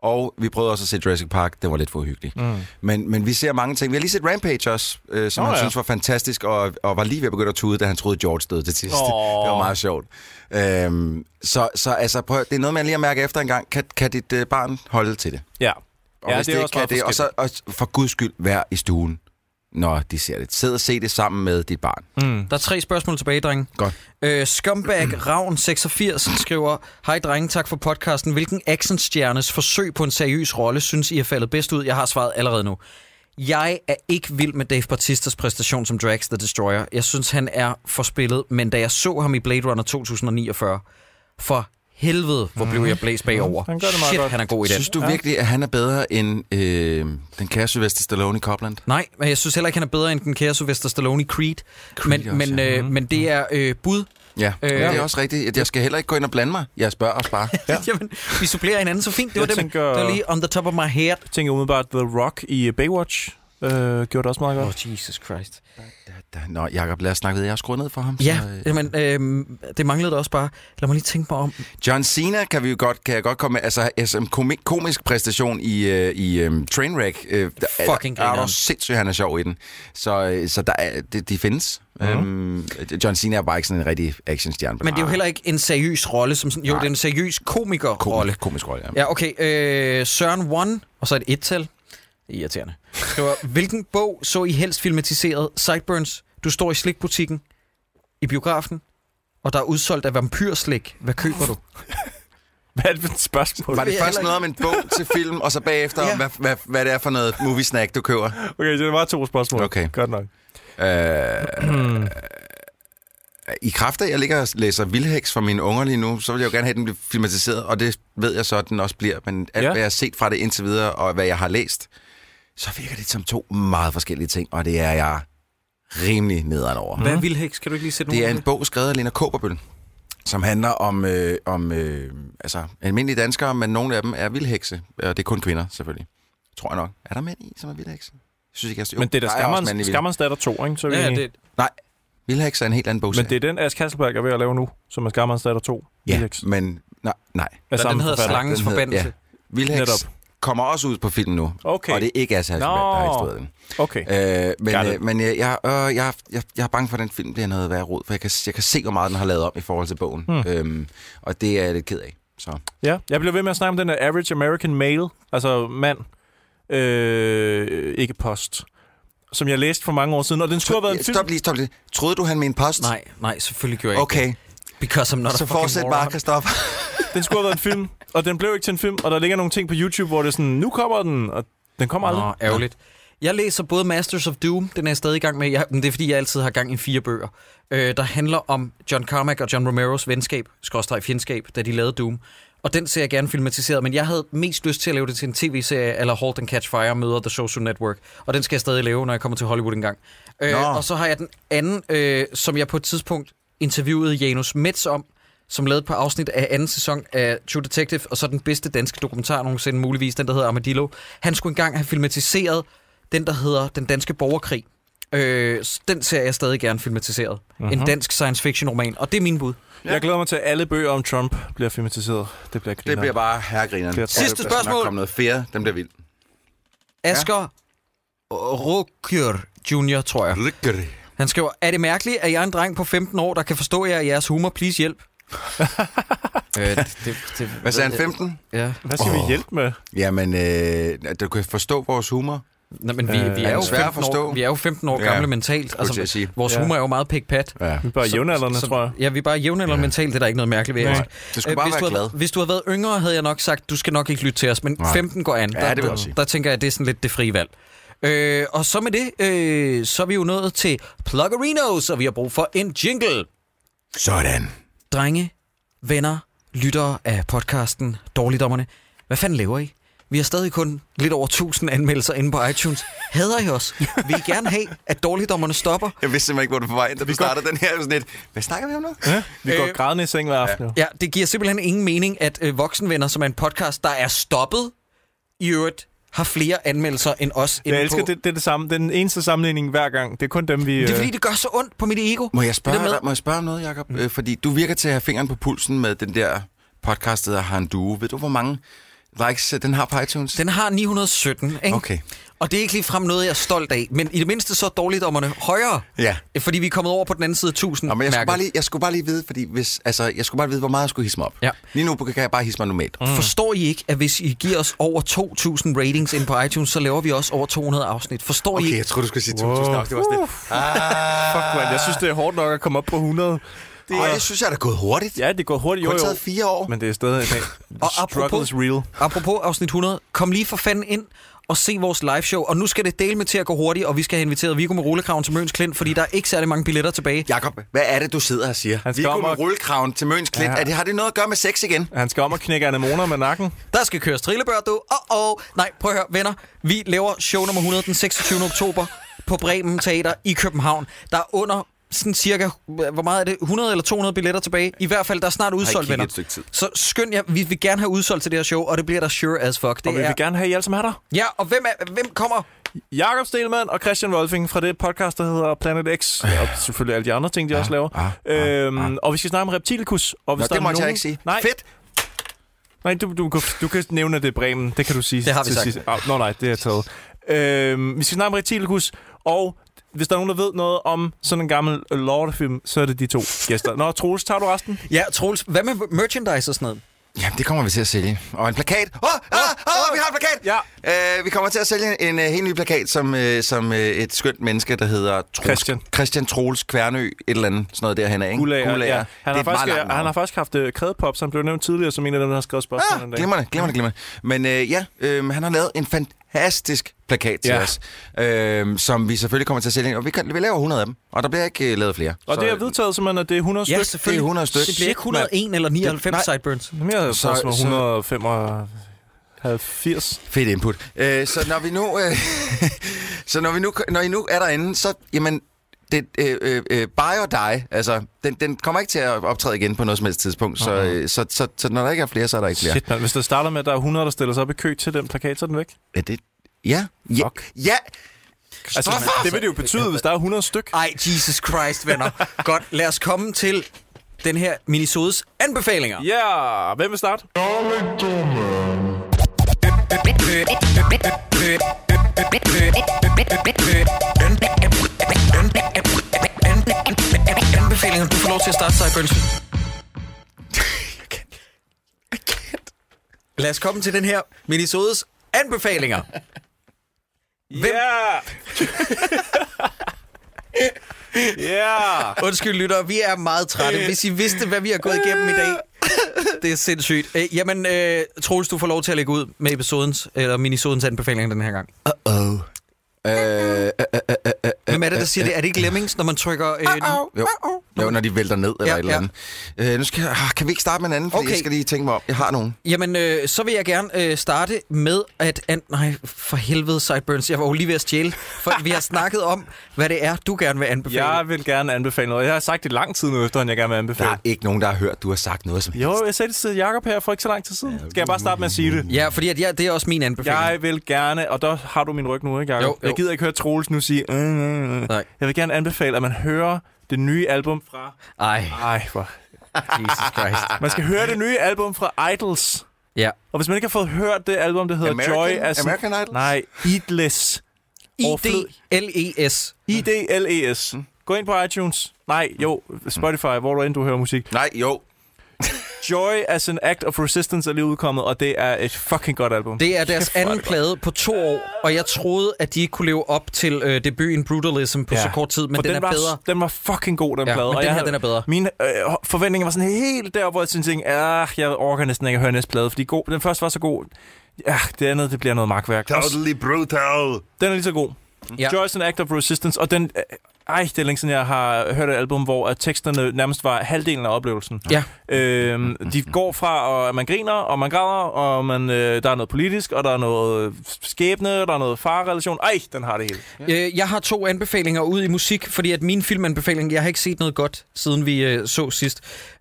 Og vi prøvede også at se Jurassic Park. Det var lidt for uhyggeligt. Men vi ser mange ting. Vi har lige set Rampage også, som han synes var fantastisk, og var lige ved at begynde at tude, da han troede, George døde til sidst. Det var meget sjovt. Så altså, prøv, det er noget, man lige at mærke efter en gang. Kan dit barn holde til det? Ja. Og hvis det ikke kan det, og så for guds skyld, vær i stuen, når de ser det. Sid og se det sammen med dit barn. Der er 3 spørgsmål tilbage, drenge. Godt. Scumbag Ravn 86 skriver: Hej drenge, tak for podcasten. Hvilken actionstjernes forsøg på en seriøs rolle synes I er faldet bedst ud? Jeg har svaret allerede nu. Jeg er ikke vild med Dave Bautistas præstation som Drax the Destroyer. Jeg synes, han er forspillet, men da jeg så ham i Blade Runner 2049, for helvede, hvor blev jeg blæst bagover. Han gør det meget Shit, godt. han er god i det. Synes du virkelig, at han er bedre end den kære Sylvester Stallone i Copland? Nej, men jeg synes heller ikke, han er bedre end den kære Sylvester Stallone i Creed. Men det er bud. Ja, det er også rigtigt. Jeg skal heller ikke gå ind og blande mig. Jeg spørger også bare. Jamen, vi supplerer hinanden så fint. Det var det var lige on the top of my head. Jeg tænker umiddelbart, The Rock i Baywatch gjorde det også meget godt. Jesus Christ. Nå, Jacob, lad os snakke ved. Jeg har skruet ned for ham. Ja, men det manglede da også bare. Lad mig lige tænke mig om. John Cena kan jeg godt komme med. Altså, som komisk præstation i Trainwreck. Fucking griner. Er sindssygt, han er sjov i den. Så der er, de findes. John Cena er bare ikke sådan en rigtig actionstjerne. Men det er jo heller ikke en seriøs rolle. Som sådan, jo, det er en seriøs komikerrolle. Komisk rolle, ja. Ja, okay. Søren One, og så et tal. Det er irriterende. Hvilken bog så I helst filmatiseret? Sideburns, du står i slikbutikken i biografen, og der er udsolgt af vampyrslik. Hvad køber du? Hvad er det for et spørgsmål? Var det først noget om en bog til film, og så bagefter om, hvad det er for noget movie snack, du køber? Okay, det var 2 spørgsmål. Okay. Godt nok. I kraft af, at jeg ligger og læser Vildheks for mine unger lige nu, så vil jeg jo gerne have, at den bliver filmatiseret, og det ved jeg så, at den også bliver. Men alt, hvad jeg har set fra det indtil videre, og hvad jeg har læst, så virker det som 2 meget forskellige ting, og det er jeg rimelig nederen over. Hvad er Vildheks? Kan du ikke lige sætte Det er en bog skrevet af Lena Kaaberbøl, som handler om altså almindelige danskere, men nogle af dem er vildhekse, og det er kun kvinder, selvfølgelig. Tror jeg nok. Er der mænd i, som er vildhekse? Synes ikke, men det er der Skammerens datter 2, ikke? Så nej, Vildheks er en helt anden bog. Men det er den, Ask Hasselberg er ved at lave nu, som er Skammerens datter 2. Ja, men nej. Den hedder Slangens Forbandelse. Ja. Vildheks kommer også ud på film nu, og det er ikke Ask Hasselberg, der har instrueret den. Okay. Men jeg er bange for, at den film bliver noget værre rod, for jeg kan se, hvor meget den har lavet om i forhold til bogen. Og det er jeg lidt ked af. Så. Ja, jeg bliver ved med at snakke om den der average American male, altså mand, ikke post, som jeg læste for mange år siden, og den skulle have været en film. Stop lige. Troede du, han mente post? Nej, selvfølgelig gjorde jeg ikke. Okay. Because I'm not så fortsæt bare, Christoffer. Den skulle have været en film, og den blev ikke til en film, og der ligger nogle ting på YouTube, hvor det er sådan, nu kommer den, og den kommer aldrig. Ærgerligt. Jeg læser både Masters of Doom, den er jeg stadig i gang med. Det er, fordi jeg altid har gang i 4 bøger, der handler om John Carmack og John Romeros venskab, /fjendskab, da de lavede Doom. Og den ser jeg gerne filmatiseret, men jeg havde mest lyst til at lave det til en tv-serie, eller Halt and Catch Fire møder The Social Network. Og den skal jeg stadig lave, når jeg kommer til Hollywood engang. Og så har jeg den anden, som jeg på et tidspunkt interviewede Janus Metz om, som lavede et par afsnit af 2. sæson af True Detective, og så den bedste danske dokumentar nogensinde, muligvis den, der hedder Armadillo. Han skulle engang have filmatiseret den, der hedder Den Danske Borgerkrig. Den ser jeg stadig gerne filmatiseret. En dansk science fiction roman, og det er min bud. Ja. Jeg glæder mig til, at alle bøger om Trump bliver filmatiseret. Det bliver bare herregrineren. Sidste spørgsmål. Der kommer noget fjerde, dem bliver vildt. Asger Rukjør Jr., tror jeg. Han skriver, er det mærkeligt, at jeg er en dreng på 15 år, der kan forstå jer i jeres humor? Please hjælp. Hvad sagde han, 15? Ja. Hvad skal vi hjælpe med? Jamen, du kan forstå vores humor. Nej, men vi er jo 15 år gamle mentalt. Altså, vores humor er jo meget pik-pat. Ja. Vi er bare jævnaldrende, tror jeg. Ja, vi er bare jævnaldrende mentalt. Det er der ikke noget mærkeligt ved. Du skulle bare være glad. Hvis du havde været yngre, havde jeg nok sagt, du skal nok ikke lytte til os. Men 15 går an. Der tænker jeg, at det er sådan lidt det frie valg. Og så med det, så er vi jo nået til Pluggerinos, og vi har brug for en jingle. Sådan. Drenge, venner, lyttere af podcasten Dårligdommerne. Hvad fanden laver I? Vi har stadig kun lidt over 1000 anmeldelser inde på iTunes. Hader I os? Vil I gerne have, at Dårligdommerne stopper? Jeg vidste simpelthen ikke, hvor du på vej ind, da vi startede den her. Sådan lidt, hvad snakker vi om nu? Ja, vi går grædende i seng hver aften. Ja, det giver simpelthen ingen mening, at Voksenvenner, som er en podcast, der er stoppet, i øvrigt har flere anmeldelser end os. Jeg elsker, det er det samme. Den eneste sammenligning hver gang. Det er kun dem, vi... Det er fordi, det gør så ondt på mit ego. Må jeg spørge om noget, Jacob? Fordi du virker til at have fingeren på pulsen med den der podcast, der har en duo. Ved du, hvor mange likes den har på iTunes? Den har 917, ikke? Okay. Og det er ikke ligefrem noget, jeg er stolt af. Men i det mindste så er dårligdommerne højere. Ja. Fordi vi er kommet over på den anden side 1000. Men jeg skulle bare lige vide, fordi jeg skulle bare vide, hvor meget jeg skulle hisse mig op. Ja. Lige nu kan jeg bare hisse mig normalt. Forstår I ikke, at hvis I giver os over 2000 ratings ind på iTunes, så laver vi også over 200 afsnit? Forstår I Okay, ikke? jeg tror du skulle sige 2000 afsnit. Det var Fuck, man. Jeg synes, det er hårdt nok at komme op på 100. det synes jeg, der er gået hurtigt. Ja, det går hurtigt. Det har taget 4 år. Men det er stadig en dag. Og Struggle is real. apropos afsnit 100, kom lige for fanden ind og se vores liveshow. Og nu skal det dele med til at gå hurtigt, og vi skal have inviteret Viggo med rullekraven til Møns Klint, fordi der er ikke særlig mange billetter tilbage. Jakob, hvad er det, du sidder og siger? Vi går med rullekraven til Møns Klint. Ja. Har det noget at gøre med sex igen? Han skal om at knække anemoner med nakken. Der skal køres trillebør, du. Nej, prøv at høre, venner. Vi laver show nummer 100 den 26. oktober på Bremen Teater i København. Der er under sådan cirka, hvor meget er det, 100 eller 200 billetter tilbage. I hvert fald, der er snart udsolgt, venner. Så skynd jer, vi vil gerne have udsolgt til det her show, og det bliver der sure as fuck. Og vi vil gerne have I alle som er der. Ja, og hvem kommer? Jakob Stelmann og Christian Wolfing fra det podcast, der hedder Planet X. Og selvfølgelig alle de andre ting, de også laver. Og vi skal snakke om Reptilicus. Og hvis det må jeg ikke sige. Nej. Fedt! Nej, du kan nævne, at det er Bremen. Det kan du sige. Det har vi sagt. Nej, det er taget. Vi skal snakke om Reptilicus, og hvis der er nogen, der ved noget om sådan en gammel lortefilm, så er det de 2 gæster. Nå, Troels, tager du resten? Ja, Troels, hvad med merchandise og sådan noget? Ja, det kommer vi til at sælge. Og en plakat. Vi har en plakat! Ja. Vi kommer til at sælge en helt ny plakat, som et skønt menneske, der hedder Christian Troels Kværnø, et eller andet, sådan noget derhen af, ikke? Gulager. Ja. Han har faktisk haft Krædepop, som blev nævnt tidligere, som en af dem, der har skrevet spørgsmål den dag. Glimrende. Men han har lavet en fantastisk plakat til os, som vi selvfølgelig kommer til at sælge. Og vi laver 100 af dem, og der bliver ikke lavet flere. Og det er vedtaget simpelthen, at det er 100 stykker? Ja, selvfølgelig. Det er 100 stykker. Det bliver ikke 101 eller 99 sideburns. Mere så 185. Fedt input. Så når I nu er derinde, så jamen det buy or die. Altså den kommer ikke til at optræde igen på noget som helst tidspunkt. Så når der ikke er flere, så er der ikke flere. Shit, man. Hvis det starter med, at der er 100, der stiller sig op i kø til den plakat, så er den væk. Er det? Ja. Altså, det vil det jo betyde, hvis der er 100 styk. Ej, Jesus Christ, venner. Godt, lad os komme til den her minisodes anbefalinger. Ja, hvem vil starte? Anbefalinger, du får lov til at starte, Sideburns. I can't. Lad os komme til den her minisodes anbefalinger. Ja! Undskyld, lytter, vi er meget trætte. Hvis I vidste, hvad vi har gået igennem i dag, det er sindssygt. Jamen, Troels, du får lov til at lægge ud med episodens, eller minisodens anbefalinger den her gang. Hvem er det, der siger det? Er det ikke Lemmings, når man trykker... Jo, når de vælter ned eller et eller andet. Nu kan vi ikke starte med en anden, fordi jeg skal lige tænke mig om. Jeg har nogen. Jamen, så vil jeg gerne starte med at... Nej, for helvede, Sideburns. Jeg var jo lige ved at stjæle, for vi har snakket om, hvad det er, du gerne vil anbefale. Jeg vil gerne anbefale noget. Jeg har sagt det lang tid nu, efter jeg gerne vil anbefale. Der er ikke nogen, der har hørt, du har sagt noget som helst. Jo, jeg sagde det til Jakob her for ikke så lang tid siden. Skal jeg bare starte med at sige det? Ja, fordi det er også min anbefaling. Jeg vil gerne, og der har du min ryg nu, ikke, Jacob? Jo. Jeg gider ikke høre Troels nu sige... Nej. Jeg vil gerne anbefale, at man hører det nye album fra... Ej, for... Jesus Christ. Man skal høre det nye album fra Idols. Ja. Og hvis man ikke har fået hørt det album, det hedder American Idols? Nej, Idless. IDLES. IDLES. Gå ind på iTunes. Nej, Spotify, hvor du end du hører musik. Nej, jo. Joy as an Act of Resistance er lige udkommet, og det er et fucking godt album. Det er deres anden plade på 2 år, og jeg troede, at de ikke kunne leve op til debuten Brutalism på så kort tid, men den er bedre. Den var fucking god, den plade. Men og den her, den er bedre. Mine forventninger var sådan helt der, hvor jeg tænkte, jeg orker næsten ikke at høre næste plade, fordi den første var så god. Ja, det andet, det bliver noget magtværk. Totally brutal. Den er lige så god. Ja. Joy as an Act of Resistance, og den... det er længe siden, jeg har hørt et album, hvor teksterne nærmest var halvdelen af oplevelsen. Ja. De går fra, at man griner, og man græder, og der er noget politisk, og der er noget skæbne, der er noget farrelation. Den har det hele. Jeg har 2 anbefalinger ud i musik, fordi at min filmanbefaling, jeg har ikke set noget godt, siden vi så sidst.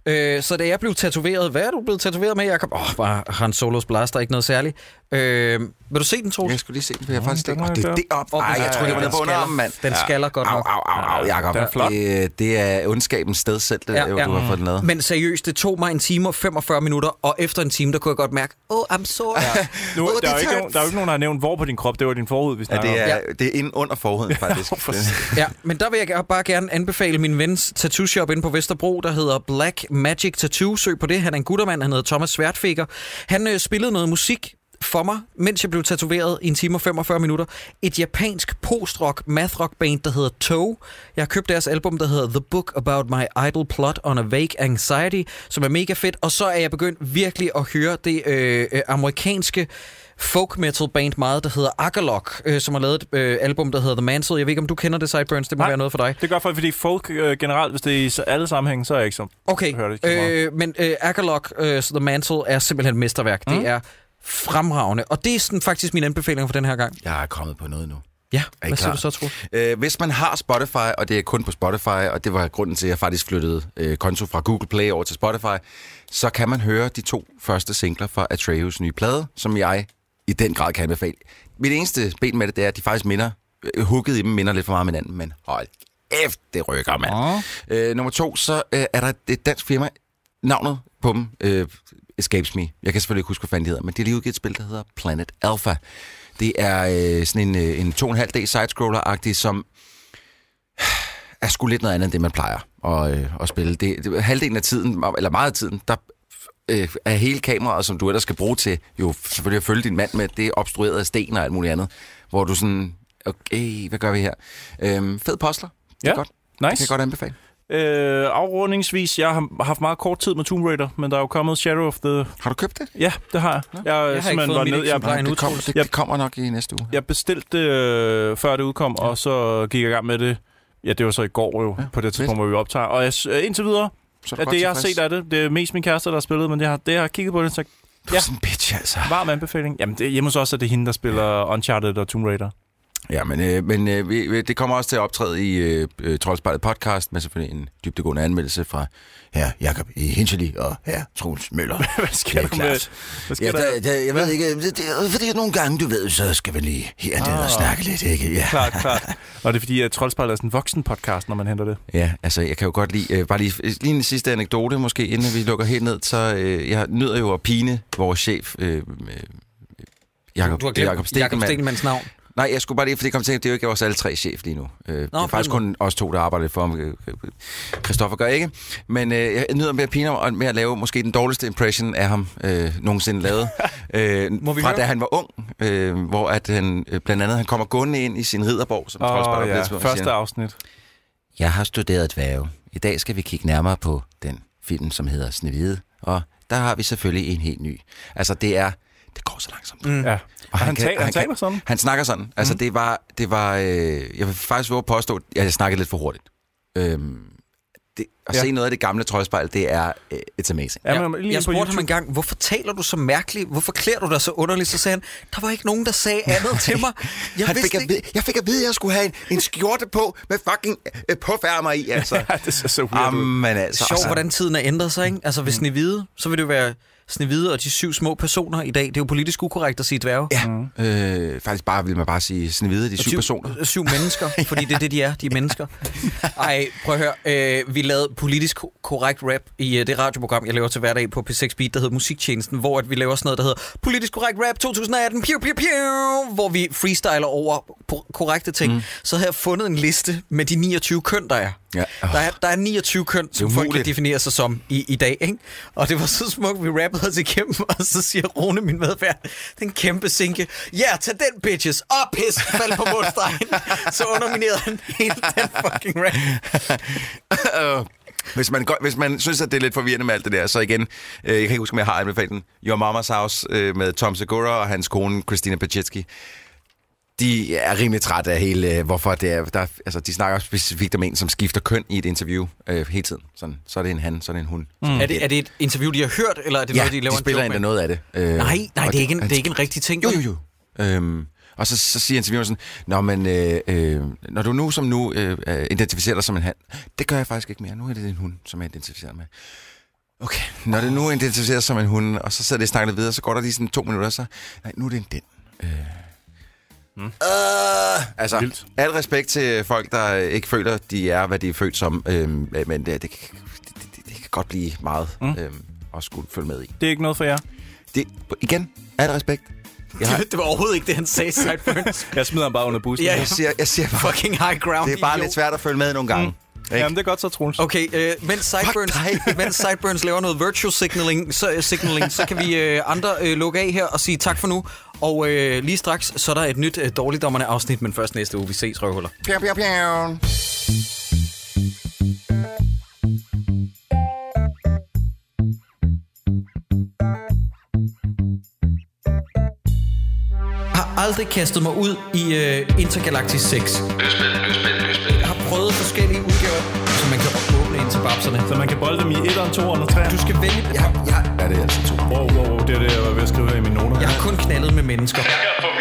Så da jeg blev tatoveret... Hvad er du blevet tatoveret med, Jacob? Bare Han Solos blaster, ikke noget særligt. Vil du se den, Troels? Jeg skulle lige se den, for jeg faktisk ikke... det er deroppe. Ej, jeg tror, det var nede på underarmen, mand. Den skaller godt nok. Au, Jacob. Det er ondskabens sted selv, du har fået den lavet. Men seriøst, det tog mig 1 time og 45 minutter, og efter en time, der kunne jeg godt mærke, I'm sorry. Nu, der er jo ikke nogen, der har nævnt, hvor på din krop, det var din forhud, vi snakker om. Det er inde under forhuden, faktisk. Ja, men der vil jeg bare gerne anbefale min vens tattoo shop inde på Vesterbro, der hedder Black Magic Tattoo. Søg på det. Han er en guttermand, han hedder Thomas Sværtfikker. Han spillede noget musik for mig, mens jeg blev tatoveret i 1 time og 45 minutter. Et japansk post-rock, math-rock band, der hedder Toe. Jeg har købt deres album, der hedder The Book About My Idle Plot on a Vague Anxiety, som er mega fedt. Og så er jeg begyndt virkelig at høre det amerikanske folk metal band meget, der hedder Agalok, som har lavet et album, der hedder The Mantle. Jeg ved ikke, om du kender det, Sideburns. Det må være noget for dig. Det gør fordi folk generelt, hvis det er i alle sammenhænge, så er jeg ikke så. Okay, men Agalok, The Mantle er simpelthen et mesterværk. Det er fremragende. Og det er sådan faktisk min anbefaling for den her gang. Jeg er kommet på noget nu. Ja, hvad siger du så, Tro? Hvis man har Spotify, og det er kun på Spotify, og det var grunden til, at jeg faktisk flyttede konto fra Google Play over til Spotify, så kan man høre de 2 første singler fra Atreus nye plade, som jeg i den grad kan anbefale. Mit eneste ben med det er, at de faktisk hooket i dem minder lidt for meget om hinanden, men hold kæft, det rykker, mand. Nummer 2, så er der et dansk firma, navnet på dem escapes me. Jeg kan selvfølgelig ikke huske, hvad fanden det hedder, men det er lige udgivet et spil, der hedder Planet Alpha. Det er sådan en 2,5D sidescroller-agtig, som er sgu lidt noget andet, end det man plejer at spille. Det halvdelen af tiden, eller meget af tiden, der er hele kameraet, som du ellers skal bruge til, jo selvfølgelig at følge din mand med, det er obstrueret af sten og alt muligt andet, hvor du sådan, okay, hvad gør vi her? Fed postler. Det er godt. Nice. Det kan jeg godt anbefale. Afrundingsvis, jeg har haft meget kort tid med Tomb Raider, men der er jo kommet Shadow of the... Har du købt det? Ja, det har jeg. Jeg har ikke fået mit eksemplar endnu. Det kommer nok i næste uge. Jeg bestilte det, før det udkom, og så gik jeg i gang med det. Ja, det var så i går jo, på det tidspunkt, hvor vi optager. Og indtil videre, det jeg har set af det, det er mest min kæreste, der har spillet, men det jeg har kigget på det, så... Du er sådan en bitch, altså. Varm anbefaling. Jamen, hjemme hos os er det hende, der spiller Uncharted og Tomb Raider. Ja, men det kommer også til at optræde i Troldspejlet podcast med selvfølgelig en dybdegående anmeldelse fra herr Jacob Hinchely og herr Troels Møller. Hvad sker der med? Jeg ved ikke, det er fordi at nogle gange, du ved, så skal man lige her og snakke lidt, ikke? Ja. Klart. Og det er fordi, at Troldspejlet er sådan en voksen podcast, når man henter det. Ja, altså jeg kan jo godt lide, bare lige en sidste anekdote måske, inden vi lukker helt ned, så jeg nyder jo at pine vores chef, Jacob Stegelmanns navn. Nej, jeg skulle bare lige, fordi det er jo ikke vores alle 3 chef lige nu. Det er faktisk kun os 2, der arbejder for ham. Christoffer gør ikke. Men jeg nyder med at pine og med at lave måske den dårligste impression af ham nogensinde lavet. Fra da han var ung, hvor at han blandt andet han kommer gående ind i sin ridderborg. Som første afsnit. Jeg har studeret dværge. I dag skal vi kigge nærmere på den film, som hedder Snehvide. Og der har vi selvfølgelig en helt ny. Altså det går så langsomt. Ja. Og han taler sådan? Han snakker sådan. Altså, det var jeg vil faktisk våge at påstå, at jeg snakkede lidt for hurtigt. At se noget af det gamle Troldspejl, det er it's amazing. Jeg spurgte ham engang, hvorfor taler du så mærkeligt? Hvorfor klæder du dig så underligt? Så sagde han, der var ikke nogen, der sagde andet til mig. Jeg fik at vide, at jeg skulle have en skjorte på med fucking påfærmer i, altså. Det ser så weird ud. Altså, sjov, hvordan tiden er ændret sig, ikke? Altså, hvis Snehvide, så vil det jo være Snehvide og de 7 små personer i dag. Det er jo politisk ukorrekt at sige dværge. Ja, faktisk vil man bare sige Snehvide, de 7 personer. 7 mennesker, fordi det er det, de er. De er mennesker. Ej, prøv at høre. Vi lavede politisk korrekt rap i det radioprogram, jeg laver til hverdag på P6 Beat, der hedder Musiktjenesten, hvor at vi laver sådan noget, der hedder Politisk korrekt rap 2018, piu, piu, piu, hvor vi freestyler over korrekte ting. Så har jeg fundet en liste med de 29 køn, der er. Ja. Der er 29 køn, som folk kan definere sig som i dag, ikke? Og det var så smukt, vi rappede os igennem, og så siger Rune, min medvært, den kæmpe sinke, tag den, bitches, pis, fald på målstregen. Så underminerede han hele den fucking rap. Hvis man synes, at det er lidt forvirrende med alt det der, så igen, jeg kan ikke huske, om jeg har anbefalet den, Your Mama's House med Tom Segura og hans kone, Christina Pachitsky. De er rimelig trætte af hele, hvorfor det er... altså, de snakker specifikt om en, som skifter køn i et interview hele tiden. Sådan, så er det en han, så er det en hun. Er det et interview, de har hørt, eller er det noget, de laver de spiller endda noget af det. Nej, det er ikke en rigtig ting. Jo. Og så siger intervieweren sådan, når du nu som nu identificerer dig som en han, det gør jeg faktisk ikke mere. Nu er det en hun, som jeg identificerer med. Okay, når det nu identificeres som en hund, og så sidder det og snakker lidt videre, så går der lige sådan 2 minutter, så... Nej, nu er det en den. Altså, vildt. Al respekt til folk, der ikke føler, de er, hvad de er født som, men det kan godt blive meget at skulle følge med i. Det er ikke noget for jer? Igen, al respekt. Det var overhovedet ikke det, han sagde, Sideburns. Jeg smider ham bare under bussen. Ja, jeg siger bare, fucking high ground. Det er bare lidt svært at følge med nogle gange. Jamen, det er godt så, Troels. Okay, mens Sideburns laver noget virtual signaling, så kan vi andre lukke af her og sige tak for nu. Og lige straks, så er der et nyt dårligdommerne afsnit, men først næste uge. Vi ses, røvhuller. Pjau, pjau, pjau. Aldrig kastet mig ud i Intergalactic 6. Jeg har prøvet forskellige udgaver, så man kan åbne ind til babserne. Så man kan bolde dem i 1'eren, 2'eren og 3'eren? Du skal vælge... Ja, det er altså 2. Wow, det er det, jeg var ved at skrive her i mine noter. Jeg har kun knaldet med mennesker. Jeg kan få